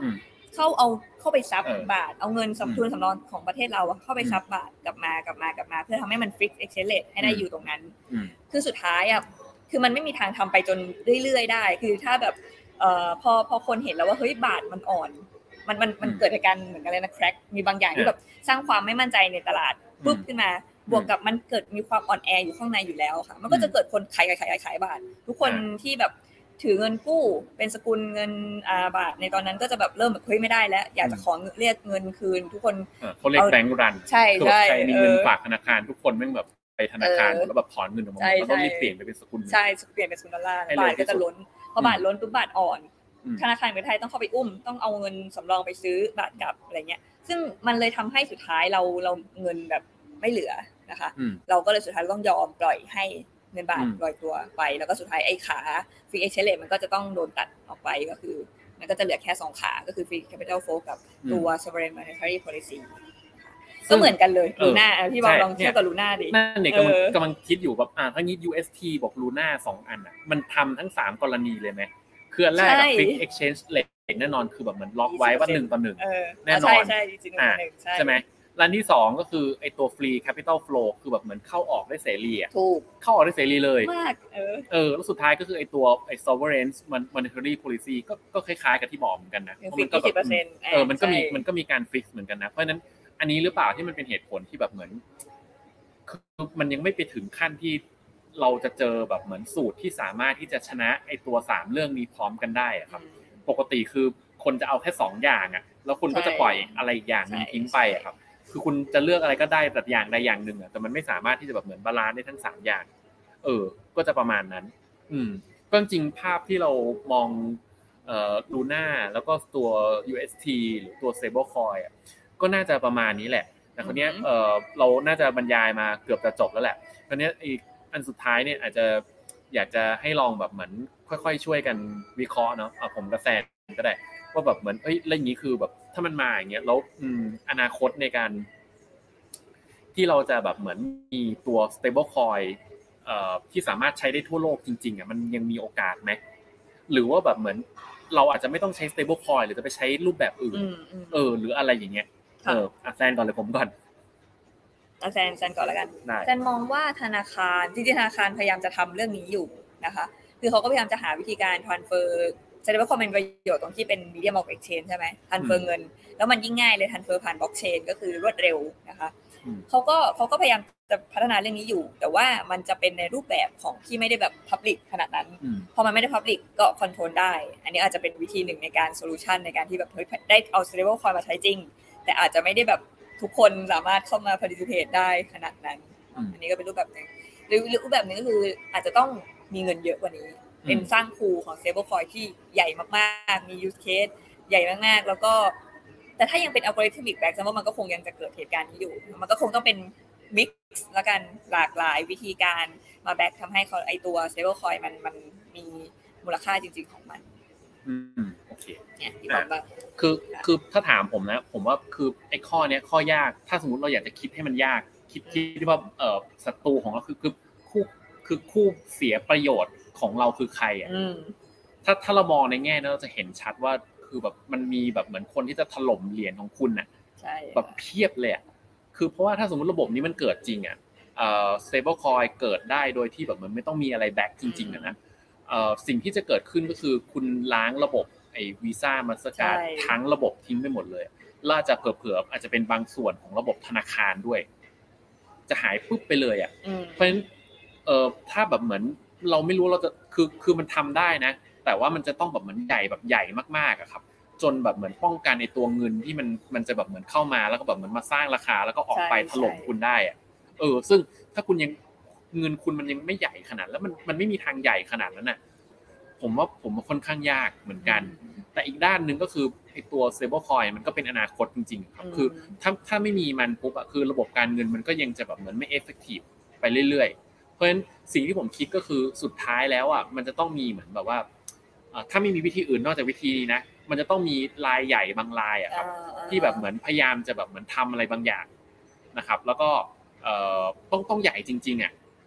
เข้าเอาเข้าไปซับเออบาทเอาเงินสำทุนสำรองของประเทศเราอะเข้าไปซับบาทกลับมากลับมากลับมาเพื่อทำให้มันฟิกซ์ exchange rate ให้ได้อยู่ตรงนั้นคือสุดท้ายอ่ะคือมันไม่มีทางทำไปจนเรื่อยๆได้คือถ้าแบบเอ่อพอพอคนเห็นแล้วว่าเฮ้ยบาทมันอ่อนมันมันมันเกิดอาการเหมือนกันเลยนะ crack มีบางอย่างที่แบบสร้างความไม่มั่นใจในตลาดปุ๊บขึ้นมาบวกกับมันเกิดมีความอ่อนแออยู่ข้างในอยู่แล้วค่ะมันก็จะเกิดคนขายขายขายขายบาททุกคนที่แบบถือเงินกู้เป็นสกุลเงินอ่าบาทในตอนนั้นก็จะแบบเริ่มแบบเฮ้ยไม่ได้แล้วอยากจะขอเรียกเงินคืนทุกคนเขาเรียกแบงก์รันใช่ใช่ใครมีเงินฝากธนาคารทุกคนแม่งแบบไปธนาคารแล้วแบบถอนเงินออกมาแล้วก็รีบเปลี่ยนไปเป็นสกุลใช่เปลี่ยนเป็นสกุลดอลลาร์บาทก็จะล้นพอบาทล้นปุ๊บบาทอ่อนธนาคารแห่งประเทศไทยต้องเข้าไปอุ้มต้องเอาเงินสำรองไปซื้อบาทกลับอะไรเงี้ยซึ่งมันเลยทำให้สุดท้ายเราเราเงินแบบไม่เหลือนะคะเราก็เลยสุดท้ายต้องยอมปล่อยให้เงินบาทลอยตัวไปแล้วก็สุดท้ายไอ้ขาฟรีเอ็กซ์เชนจ์เรทมันก็จะต้องโดนตัดออกไปก็คือมันก็จะเหลือแค่สองขาก็คือ free capital flow กับตัว sovereign monetary policy ก็เหมือนกันเลยลูน่าพี่บอลลองเทียบกับลูน่าดินั่นเนี่ยกำลังกำลังคิดอยู่แบบอ่าถ้างี้ ยู เอส ที บอกลูน่าสองอันอ่ะมันทำทั้งสามกรณีเลยไหมคืออันแรกกับ fixed exchange rate แน่นอนคือแบบเหมือนล็อกไว้ว่าหนึ่งต่อหนึ่งแน่นอนใช่จริงๆใช่ไหมร้านที่สองก็คือไอ้ตัว free capital flow คือแบบเหมือนเข้าออกได้เสรีอ่ะถูกเข้าออกได้เสรีเลยมากเออเออแล้วสุดท้ายก็คือไอ้ตัวไอ้ sovereign monetary policy ก็ก็คล้ายๆกับที่บอกเหมือนกันนะเพราะมันก็แบบเออมันก็มีมันก็มีการ fix เหมือนกันนะเพราะฉะนั้นอันนี้หรือเปล่าที่มันเป็นเหตุผลที่แบบเหมือนคือมันยังไม่ไปถึงขั้นที่เราจะเจอแบบเหมือนสูตรที่สามารถที่จะชนะไอ้ตัวสามเรื่องนี้พร้อมกันได้อ่ะครับปกติคือคนจะเอาแค่สองอย่างอ่ะแล้วคุณก็จะปล่อยอะไรอีกอย่างนึงทิ้งไปอ่ะครับคือคุณจะเลือกอะไรก็ได้แต่อย่างใดอย่างหนึ่งอ่ะแต่มันไม่สามารถที่จะแบบเหมือนบาลานซ์ได้ทั้งสามอย่างเออก็จะประมาณนั้นอืมก็จริงภาพที่เรามองเอ่อ Luna แล้วก็ตัว ยู เอส ที หรือตัว Stablecoin อ่ะก็น่าจะประมาณนี้แหละแต่คราวเนี้ยเอ่อเราน่าจะบรรยายมาเกือบจะจบแล้วแหละคราวเนี้ยอีกอันสุดท้ายเนี่ยอาจจะอยากจะให้ลองแบบเหมือนค่อยๆช่วยกันวิเคราะห์เนาะเอาผมกับแซนก็ได้ว่าแบบเหมือนเอ้ยเรื่องนี้คือแบบถ้ามันมาอย่างเงี้ยแล้วอืมอนาคตในการที่เราจะแบบเหมือนมีตัว stable coin เอ่อที่สามารถใช้ได้ทั่วโลกจริงๆอ่ะมันยังมีโอกาสไหมหรือว่าแบบเหมือนเราอาจจะไม่ต้องใช้ stable coin หรือจะไปใช้รูปแบบอื่นเออหรืออะไรอย่างเงี้ยเอออ่ะแซนก่อนเลยผมก่อนอ่ะแซนแซนก่อนแล้วกันแซนมองว่าธนาคารจริงๆธนาคารพยายามจะทำเรื่องนี้อยู่นะคะคือเขาก็พยายามจะหาวิธีการ transferแสดงว่าความเป็นประโยชน์ตรงที่เป็น medium of exchange ใช่ไหม transfer เงินแล้วมันยิ่งง่ายเลย transfer ผ่าน blockchain ก็คือรวดเร็วนะคะเขาก็เขาก็พยายามจะพัฒนาเรื่องนี้อยู่แต่ว่ามันจะเป็นในรูปแบบของที่ไม่ได้แบบ public ขนาดนั้นพอมันไม่ได้ public ก็ control ได้อันนี้อาจจะเป็นวิธีหนึ่งในการ solution ในการที่แบบได้เอา stable coin มาใช้จริงแต่อาจจะไม่ได้แบบทุกคนสามารถเข้ามา participate ได้ขนาดนั้นอันนี้ก็เป็นรูปแบบนึงหรือรูปแบบนึงก็คืออาจจะต้องมีเงินเยอะกว่านี้เป็นสร้างพูลของ stablecoin ที่ใหญ่มากๆมี use case ใหญ่มากๆแล้วก็แต่ถ้ายังเป็น algorithmic back แสดงว่ามันก็คงยังจะเกิดเหตุการณ์นี้อยู่มันก็คงต้องเป็น mix แล้วกันหลากหลายวิธีการมา back ทำให้เขาไอตัว stablecoin มันมันมีมูลค่าจริงๆของมันอืมโอเคเนี่ยที่บอกว่าคือคือถ้าถามผมนะผมว่าคือไอ้ข้อเนี้ยข้อยากถ้าสมมุติเราอยากจะคิดให้มันยากคิดที่ว่าเอ่อศัตรูของเราคือคือคู่คือคู่เสียประโยชน์ของเราคือใครอ่ะถ้าถ้าเรามองในแง่นั้นเราจะเห็นชัดว่าคือแบบมันมีแบบเหมือนคนที่จะถล่มเหรียญของคุณน่ะแบบเพียบเลยอ่ะคือเพราะว่าถ้าสมมุติระบบนี้มันเกิดจริงอ่ะเอ่อ stable coin เกิดได้โดยที่แบบมันไม่ต้องมีอะไรแบ็คจริงๆอ่ะนะเอ่อสิ่งที่จะเกิดขึ้นก็คือคุณล้างระบบไอ้ Visa Mastercard ทั้งระบบทิ้งไปหมดเลยแล้วอาจจะเผลอๆอาจจะเป็นบางส่วนของระบบธนาคารด้วยจะหายปุ๊บไปเลยอ่ะเพราะฉะนั้นเอ่อถ้าแบบเหมือนเราไม่รู้เราจะคือคือมันทำได้นะแต่ว่ามันจะต้องแบบเหมือนใหญ่แบบใหญ่มากๆอะครับจนแบบเหมือนป้องกันในตัวเงินที่มันมันจะแบบเหมือนเข้ามาแล้วก็แบบเหมือนมาสร้างราคาแล้วก็ออกไปถล่มคุณได้อะเออซึ่งถ้าคุณยังเงินคุณมันยังไม่ใหญ่ขนาดแล้วมันมันไม่มีทางใหญ่ขนาดนั้นน่ะผมว่าผมว่าค่อนข้างยากเหมือนกันแต่อีกด้านนึงก็คือไอ้ตัว stable coin มันก็เป็นอนาคตจริงๆครับคือถ้าถ้าไม่มีมันปุ๊บอะคือระบบการเงินมันก็ยังจะแบบเหมือนไม่ effective ไปเรื่อยๆเพราะฉะนั้นสิ่งที่ผมคิดก็คือสุดท้ายแล้วอ่ะมันจะต้องมีเหมือนแบบว่าถ้าไม่มีวิธีอื่นนอกจากวิธีนี้นะมันจะต้องมีรายใหญ่บางรายอ่ะครับที่แบบเหมือนพยายามจะแบบเหมือนทำอะไรบางอย่างนะครับแล้วก็ต้องต้องใหญ่จริงๆอ่ะ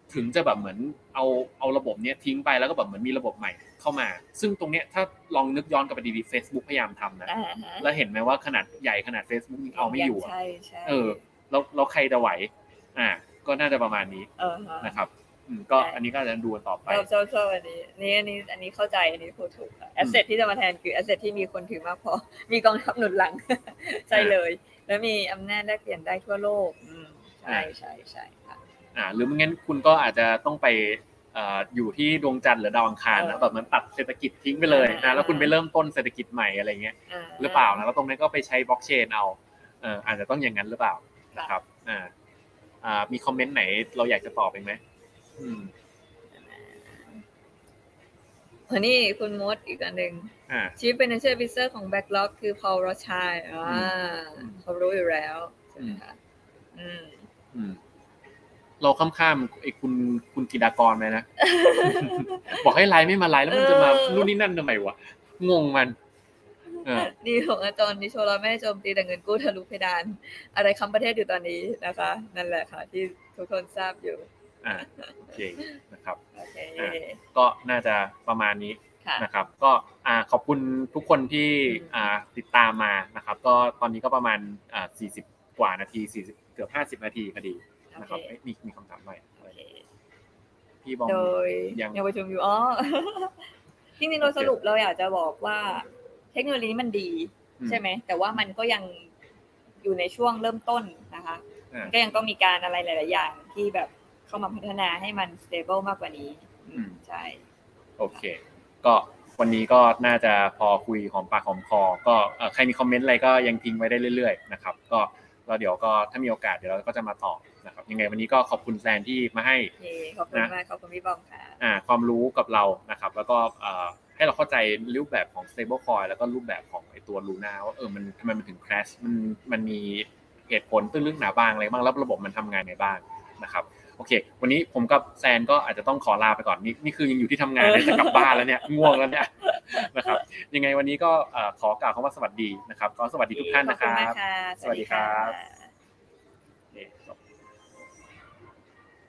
ถึงจะแบบเหมือนเอาเอาระบบเนี้ยทิ้งไปแล้วก็แบบเหมือนมีระบบใหม่เข้ามาซึ่งตรงเนี้ยถ้าลองนึกย้อนกลับไปดีๆ Facebook พยายามทำนะแล้วเห็นไหมว่าขนาดใหญ่ขนาด Facebook ยังเอาไม่อยู่อ่ะเออแล้วแล้วใครจะไหวอ่าก็น่าจะประมาณนี้นะครับอืมก็อันนี้ก็จะดูกันต่อไปชอบชอบอันนี้นี่อันนี้อันนี้เข้าใจอันนี้พูดถูกแอสเซทที่จะมาแทนคือแอสเซทที่มีคนถือมากพอมีกองทัพหนุนหลังใช่เลยแล้วมีอำนาจแลกเปลี่ยนได้ทั่วโลกอืมใช่ใช่ใช่ค่ะอ่าหรือไม่งั้นคุณก็อาจจะต้องไปเอ่ออยู่ที่ดวงจันทร์หรือดาวอังคารนะแบบมันตัดเศรษฐกิจทิ้งไปเลยนะแล้วคุณไปเริ่มต้นเศรษฐกิจใหม่อะไรเงี้ยหรือเปล่านะแล้วตรงนั้นก็ไปใช้บล็อกเชนเอาเอ่ออาจจะต้องอย่างนั้นหรือเปล่านะครับอ่าอ่ามีคอมเมนต์ไหนเราอยากจะตอบอีกมั้ยอืมอันนี้คุณมดอีกอันนึงอ่า Chief Financial Officer ของ Backlog คือ Paul Rothschild อ่าเขารู้อยู่แล้วใช่มั้ยคะอืมอืมเราข้ามๆไอ้คุณคุณกิดากรไปนะ บอกให้ไลน์ไม่มาไลน์แล้วมันจะมานู่นนี่นั่นทำไมวะงงมันเออนี่ของอาจารย์นิโชเราไม่ให้โจมตีแต่เงินกู้ทะลุเพดานอะไรค้ำประเทศอยู่ตอนนี้นะคะนั่นแหละค่ะที่ทุกคนทราบอยู่อ่าโอเคนะครับโอเคก็น่าจะประมาณนี้นะครับก็อ่าขอบคุณทุกคนที่อ่าติดตามมานะครับก็ตอนนี้ก็ประมาณอ่าสี่สิบกว่านาทีสี่สิบเกือบห้าสิบนาทีพอดีนะครับมีมีคำถามใหม่พี่บอมโดยยังประชุมอยู่อ๋อจริงๆโดยสรุปเราอยากจะบอกว่าเทคโนโลยีมันดีใช่ไหมแต่ว่ามันก็ยังอยู่ในช่วงเริ่มต้นนะคะก็ยังต้องมีการอะไรหลายๆอย่างที่แบบเข้ามาพัฒนาให้มัน stable มากกว่านี้ใช่โอเคก็วันนี้ก็น่าจะพอคุยหอมปากหอมคอก็ใครมีคอมเมนต์อะไรก็ยังทิ้งไว้ได้เรื่อยๆนะครับก็แล้วเดี๋ยวก็ถ้ามีโอกาสเดี๋ยวเราก็จะมาตอบนะครับยังไงวันนี้ก็ขอบคุณแซนที่มาให้ขอบคุณมากขอบคุณพี่บอมค่ะอ่าความรู้กับเรานะครับแล้วก็เอ่อให้เราเข้าใจรูปแบบของ stable coin แล้วก็รูปแบบของไอ้ตัว Luna ว่าเออมันทำไมมันถึง crash มันมันมีเหตุผลตื้นลึกหนาบางอะไรบ้างแล้วระบบมันทำงานไงบ้างนะครับโอเควันนี้ผมกับแซนก็อาจจะต้องขอลาไปก่อนนี่นี่คือยังอยู่ที่ทำงานจะกลับบ้านแล้วเนี่ยง่วงแล้วเนี่ยนะครับยังไงวันนี้ก็ขอกล่าวคำว่าสวัสดีนะครับก็สวัสดีทุกท่านนะครับสวัสดีครับ